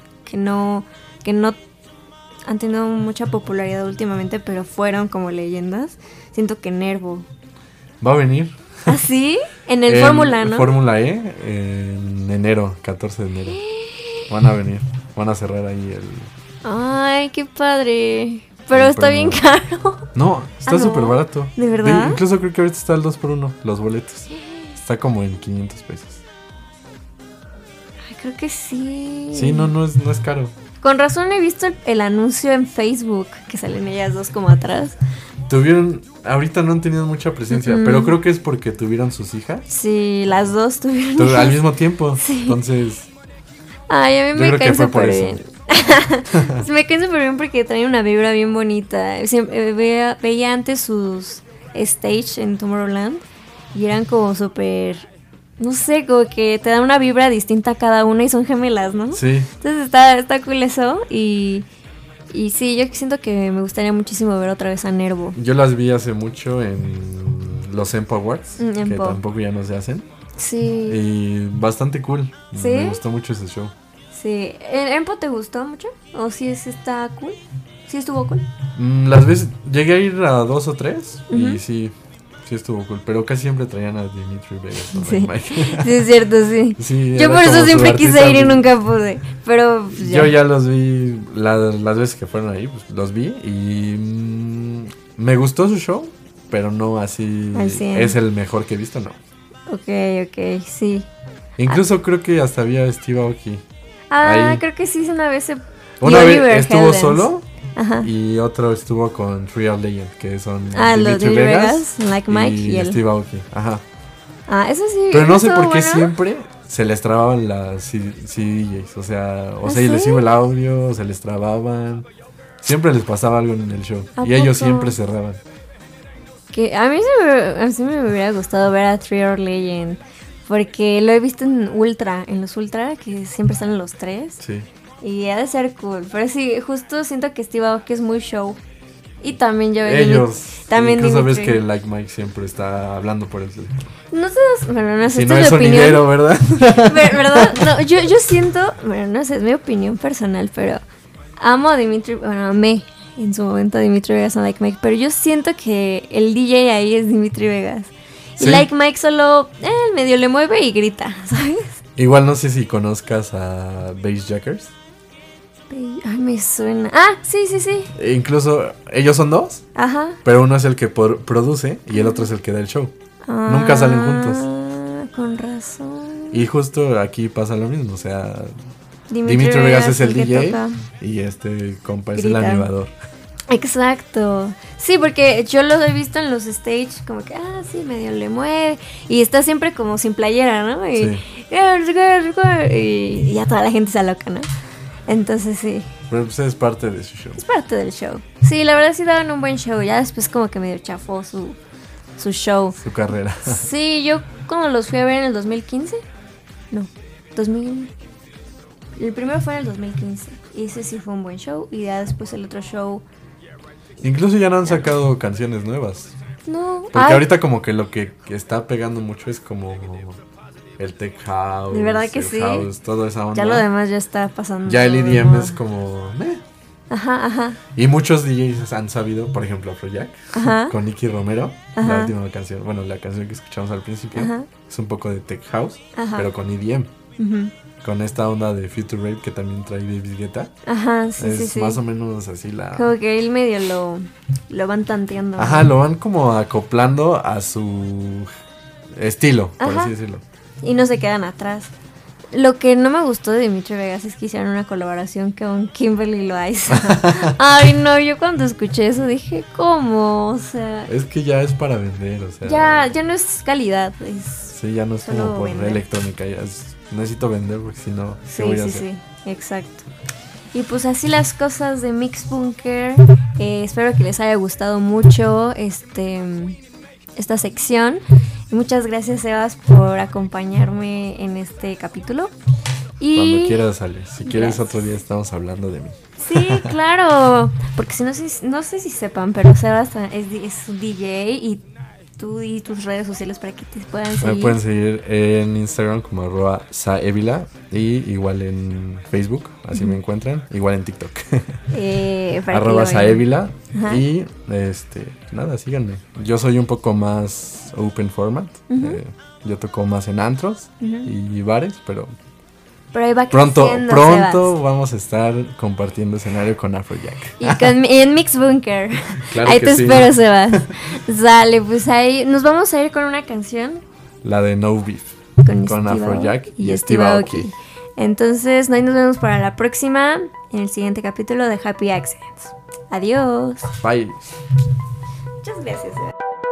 Speaker 6: han tenido mucha popularidad últimamente, pero fueron como leyendas. Siento que Nervo.
Speaker 7: Va a venir.
Speaker 6: ¿Ah, sí? En el Fórmula, ¿no?
Speaker 7: Fórmula E, en enero, 14 de enero. Van a venir. Van a cerrar ahí el...
Speaker 6: Ay, qué padre. Pero
Speaker 7: el
Speaker 6: está bien
Speaker 7: premio.
Speaker 6: caro.
Speaker 7: No, está
Speaker 6: ¿no?
Speaker 7: súper barato.
Speaker 6: ¿De verdad?
Speaker 7: Incluso creo que ahorita está el 2x1, los boletos. Está como en 500 pesos.
Speaker 6: Ay, creo que sí.
Speaker 7: Sí, no es caro.
Speaker 6: Con razón he visto el anuncio en Facebook, que salen ellas dos como atrás.
Speaker 7: Ahorita no han tenido mucha presencia, pero creo que es porque tuvieron sus hijas.
Speaker 6: Sí, las dos tuvieron
Speaker 7: Al mismo tiempo.
Speaker 6: Sí.
Speaker 7: Entonces,
Speaker 6: Ay, a mí
Speaker 7: yo
Speaker 6: me
Speaker 7: creo que
Speaker 6: caen
Speaker 7: fue por
Speaker 6: súper
Speaker 7: eso.
Speaker 6: bien. Me caen súper bien porque traen una vibra bien bonita. Veía antes sus stage en Tomorrowland y eran como súper, no sé, como que te dan una vibra distinta a cada una y son gemelas, ¿no?
Speaker 7: Sí.
Speaker 6: Entonces está cool eso y sí, yo siento que me gustaría muchísimo ver otra vez a Nervo.
Speaker 7: Yo las vi hace mucho en los Empo Awards, que
Speaker 6: Empo.
Speaker 7: tampoco ya no se hacen.
Speaker 6: Sí,
Speaker 7: Y bastante cool.
Speaker 6: ¿Sí?
Speaker 7: Me gustó mucho ese show.
Speaker 6: sí. ¿El Empo te gustó mucho? ¿O sí está cool? ¿Sí estuvo cool?
Speaker 7: Las veces llegué a ir a 2 o 3
Speaker 6: Ujú.
Speaker 7: y sí estuvo cool. Pero casi siempre traían a Dimitri Vegas. ¿No?
Speaker 6: Sí.
Speaker 7: Mike.
Speaker 6: Sí, es cierto, sí.
Speaker 7: Sí,
Speaker 6: Yo
Speaker 7: era
Speaker 6: por eso
Speaker 7: como su
Speaker 6: siempre quise
Speaker 7: artista
Speaker 6: ir y nunca pude. Pero pues,
Speaker 7: Yo ya los vi, las veces que fueron ahí, pues los vi y me gustó su show, pero no así
Speaker 6: Al 100.
Speaker 7: es el mejor que he visto, no.
Speaker 6: Ok, sí.
Speaker 7: Incluso creo que hasta había Steve Aoki.
Speaker 6: Ah,
Speaker 7: Ahí.
Speaker 6: creo que sí, una vez se...
Speaker 7: Una
Speaker 6: y
Speaker 7: vez
Speaker 6: Oliver
Speaker 7: estuvo
Speaker 6: Heldens.
Speaker 7: solo
Speaker 6: Ajá.
Speaker 7: y otro estuvo con Trial Legend, que son
Speaker 6: Los
Speaker 7: Dimitri
Speaker 6: Dimitri
Speaker 7: Vegas,
Speaker 6: Vegas, Like Mike y él.
Speaker 7: Steve Aoki. Ajá.
Speaker 6: Ah, eso sí.
Speaker 7: Pero no sé
Speaker 6: estuvo
Speaker 7: por qué
Speaker 6: bueno.
Speaker 7: siempre se les trababan las CDJs, o sea,
Speaker 6: ¿Ah,
Speaker 7: les
Speaker 6: sí?
Speaker 7: iba el audio, se les trababan. Siempre les pasaba algo en el show
Speaker 6: ¿A
Speaker 7: y ellos
Speaker 6: poco?
Speaker 7: siempre cerraban.
Speaker 6: Que a mí sí me hubiera gustado ver a Trial Legend. Porque lo he visto en los Ultra, que siempre están en los 3.
Speaker 7: Sí.
Speaker 6: Y ha de ser cool. Pero sí, justo siento que Steve Aoki es muy show. Y también yo
Speaker 7: Ellos,
Speaker 6: también
Speaker 7: incluso ves
Speaker 6: Dimitri.
Speaker 7: que Like Mike siempre está hablando por el teléfono.
Speaker 6: No sé, bueno, no sé,
Speaker 7: Si
Speaker 6: esta
Speaker 7: no
Speaker 6: es
Speaker 7: es
Speaker 6: mi opinión.
Speaker 7: sonidero, ¿verdad?
Speaker 6: ¿Verdad? No, yo siento, bueno, no sé, es mi opinión personal, pero amo a Dimitri, bueno, amé en su momento a Dimitri Vegas and Like Mike, pero yo siento que el DJ ahí es Dimitri Vegas. Y
Speaker 7: Sí.
Speaker 6: Like Mike solo medio le mueve y grita, ¿sabes?
Speaker 7: Igual no sé si conozcas a Bassjackers.
Speaker 6: Ay, me suena. Ah, sí.
Speaker 7: Incluso ellos son dos,
Speaker 6: Ajá.
Speaker 7: pero uno es el que produce y el otro es el que da el show. Nunca salen juntos.
Speaker 6: Con razón.
Speaker 7: Y justo aquí pasa lo mismo, o sea, Dimitri Vegas es el
Speaker 6: que
Speaker 7: DJ
Speaker 6: toca.
Speaker 7: y este compa es el
Speaker 6: Grita.
Speaker 7: animador.
Speaker 6: Exacto. Sí, porque yo lo he visto en los stage, como que, sí, medio le mueve. Y está siempre como sin playera, ¿no? Y, y ya toda la gente se aloca, ¿no? Entonces sí,
Speaker 7: Pero pues es parte de su show.
Speaker 6: es parte del show. Sí, la verdad sí daban un buen show. Ya después como que medio chafó su show.
Speaker 7: Su carrera.
Speaker 6: Sí, yo cuando los fui a ver en el 2015. No, 2000. El primero fue en el 2015. Y ese sí fue un buen show. Y ya después el otro show.
Speaker 7: Incluso ya no han sacado canciones nuevas.
Speaker 6: No.
Speaker 7: Porque
Speaker 6: Ay,
Speaker 7: ahorita como que lo que está pegando mucho es como el tech house,
Speaker 6: De verdad que
Speaker 7: el
Speaker 6: sí.
Speaker 7: house, toda esa onda.
Speaker 6: ya lo demás ya está pasando.
Speaker 7: Ya el
Speaker 6: de
Speaker 7: EDM
Speaker 6: moda.
Speaker 7: es como...
Speaker 6: Ajá, ajá.
Speaker 7: Y muchos DJs han sabido, por ejemplo, Afrojack,
Speaker 6: Ajá.
Speaker 7: con Nicky Romero,
Speaker 6: Ajá.
Speaker 7: la última canción, bueno, la canción que escuchamos al principio,
Speaker 6: Ajá.
Speaker 7: es un poco de tech house,
Speaker 6: Ajá.
Speaker 7: pero con EDM.
Speaker 6: Ujú.
Speaker 7: Con esta onda de Future Rave que también trae David Guetta.
Speaker 6: Ajá, sí,
Speaker 7: Es
Speaker 6: sí, sí.
Speaker 7: más o menos así la...
Speaker 6: Como que él medio lo van tanteando.
Speaker 7: Ajá, lo van como acoplando a su estilo, por
Speaker 6: Ajá.
Speaker 7: así decirlo.
Speaker 6: Y no se quedan atrás. Lo que no me gustó de Dimitri Vegas es que hicieron una colaboración con Kimberly Loaiza. Ay, no, yo cuando escuché eso dije, ¿cómo? O sea,
Speaker 7: Es que ya es para vender, o sea...
Speaker 6: ya no es calidad. Es...
Speaker 7: Sí, ya no es
Speaker 6: solo
Speaker 7: como por
Speaker 6: vender.
Speaker 7: electrónica, ya es... Necesito vender porque si no, ¿qué
Speaker 6: Sí,
Speaker 7: voy a
Speaker 6: sí,
Speaker 7: hacer?
Speaker 6: sí, exacto. Y pues así las cosas de Mix Bunker. Espero que les haya gustado mucho esta sección. Y muchas gracias, Sebas, por acompañarme en este capítulo. Y
Speaker 7: Cuando quieras, Ale. Si quieres
Speaker 6: Gracias.
Speaker 7: otro día estamos hablando de mí.
Speaker 6: sí, claro. Porque si no, no sé si sepan, pero Sebas es un DJ y tú y tus redes sociales para que te puedan
Speaker 7: Me
Speaker 6: seguir.
Speaker 7: pueden seguir en Instagram como @saevila y igual en Facebook, así me encuentran, igual en TikTok.
Speaker 6: Para que lo vean.
Speaker 7: @saevila
Speaker 6: Ajá.
Speaker 7: y nada, síganme. Yo soy un poco más open format. Yo toco más en antros y bares, pero
Speaker 6: Pero ahí va
Speaker 7: pronto
Speaker 6: creciendo,
Speaker 7: pronto vamos a estar compartiendo escenario con Afrojack.
Speaker 6: Sebas. Y en Mix Bunker.
Speaker 7: Claro
Speaker 6: Ahí
Speaker 7: que
Speaker 6: te
Speaker 7: sí.
Speaker 6: espero, Sebas. Sale, pues ahí nos vamos a ir con una canción
Speaker 7: La de No Beef
Speaker 6: con
Speaker 7: con
Speaker 6: Steve
Speaker 7: Afrojack
Speaker 6: Aoki
Speaker 7: y Steve Aoki.
Speaker 6: Entonces, ahí nos vemos para la próxima, en el siguiente capítulo de Happy Accidents. Adiós.
Speaker 7: Bye.
Speaker 6: Muchas gracias, Sebas.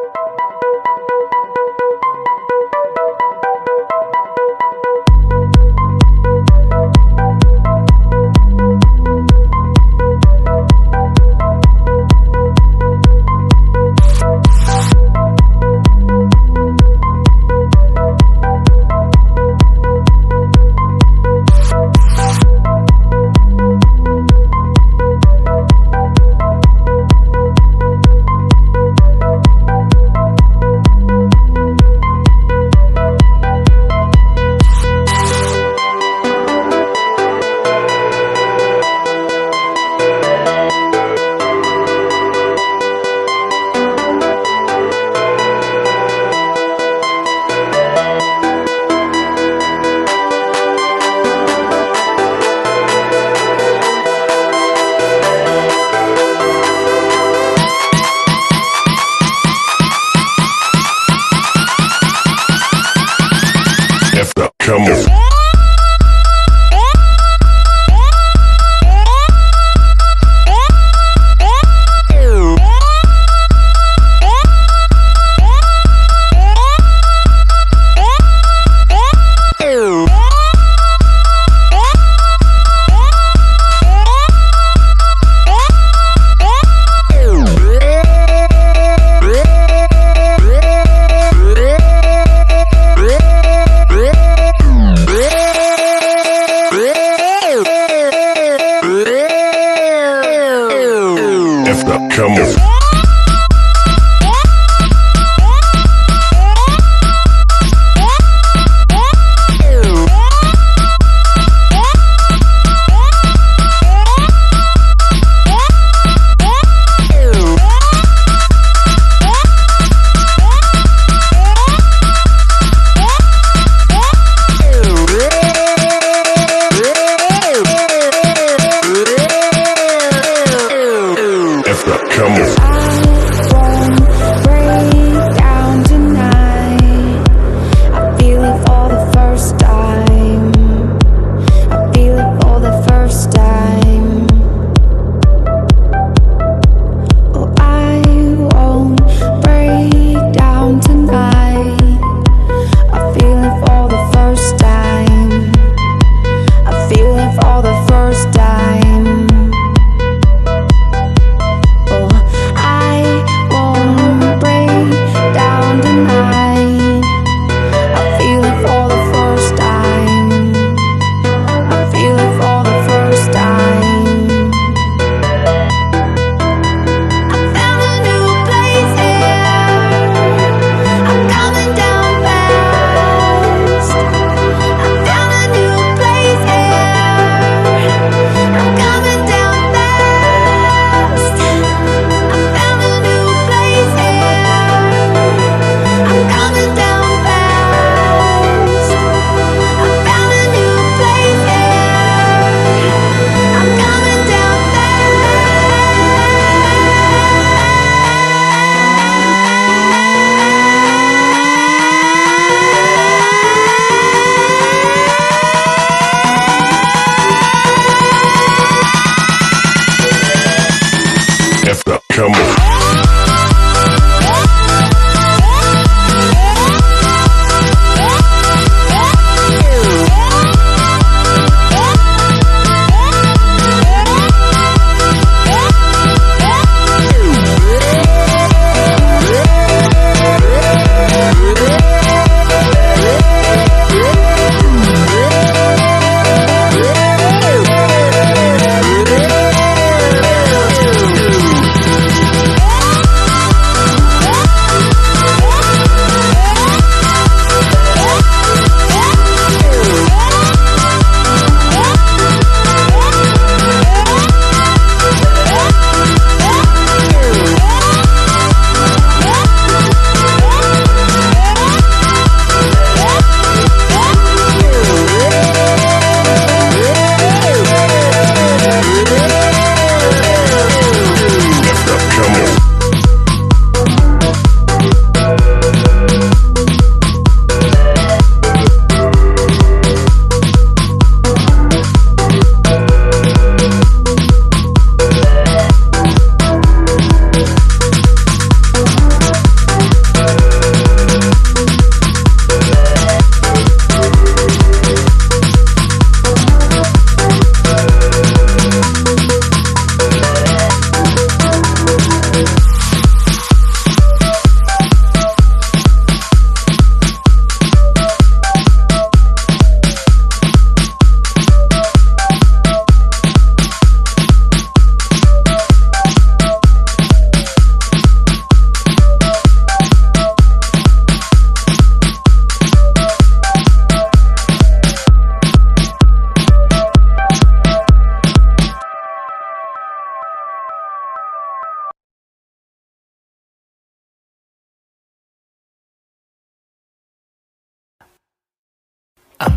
Speaker 2: Come on.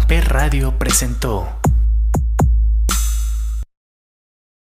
Speaker 1: Amper Radio presentó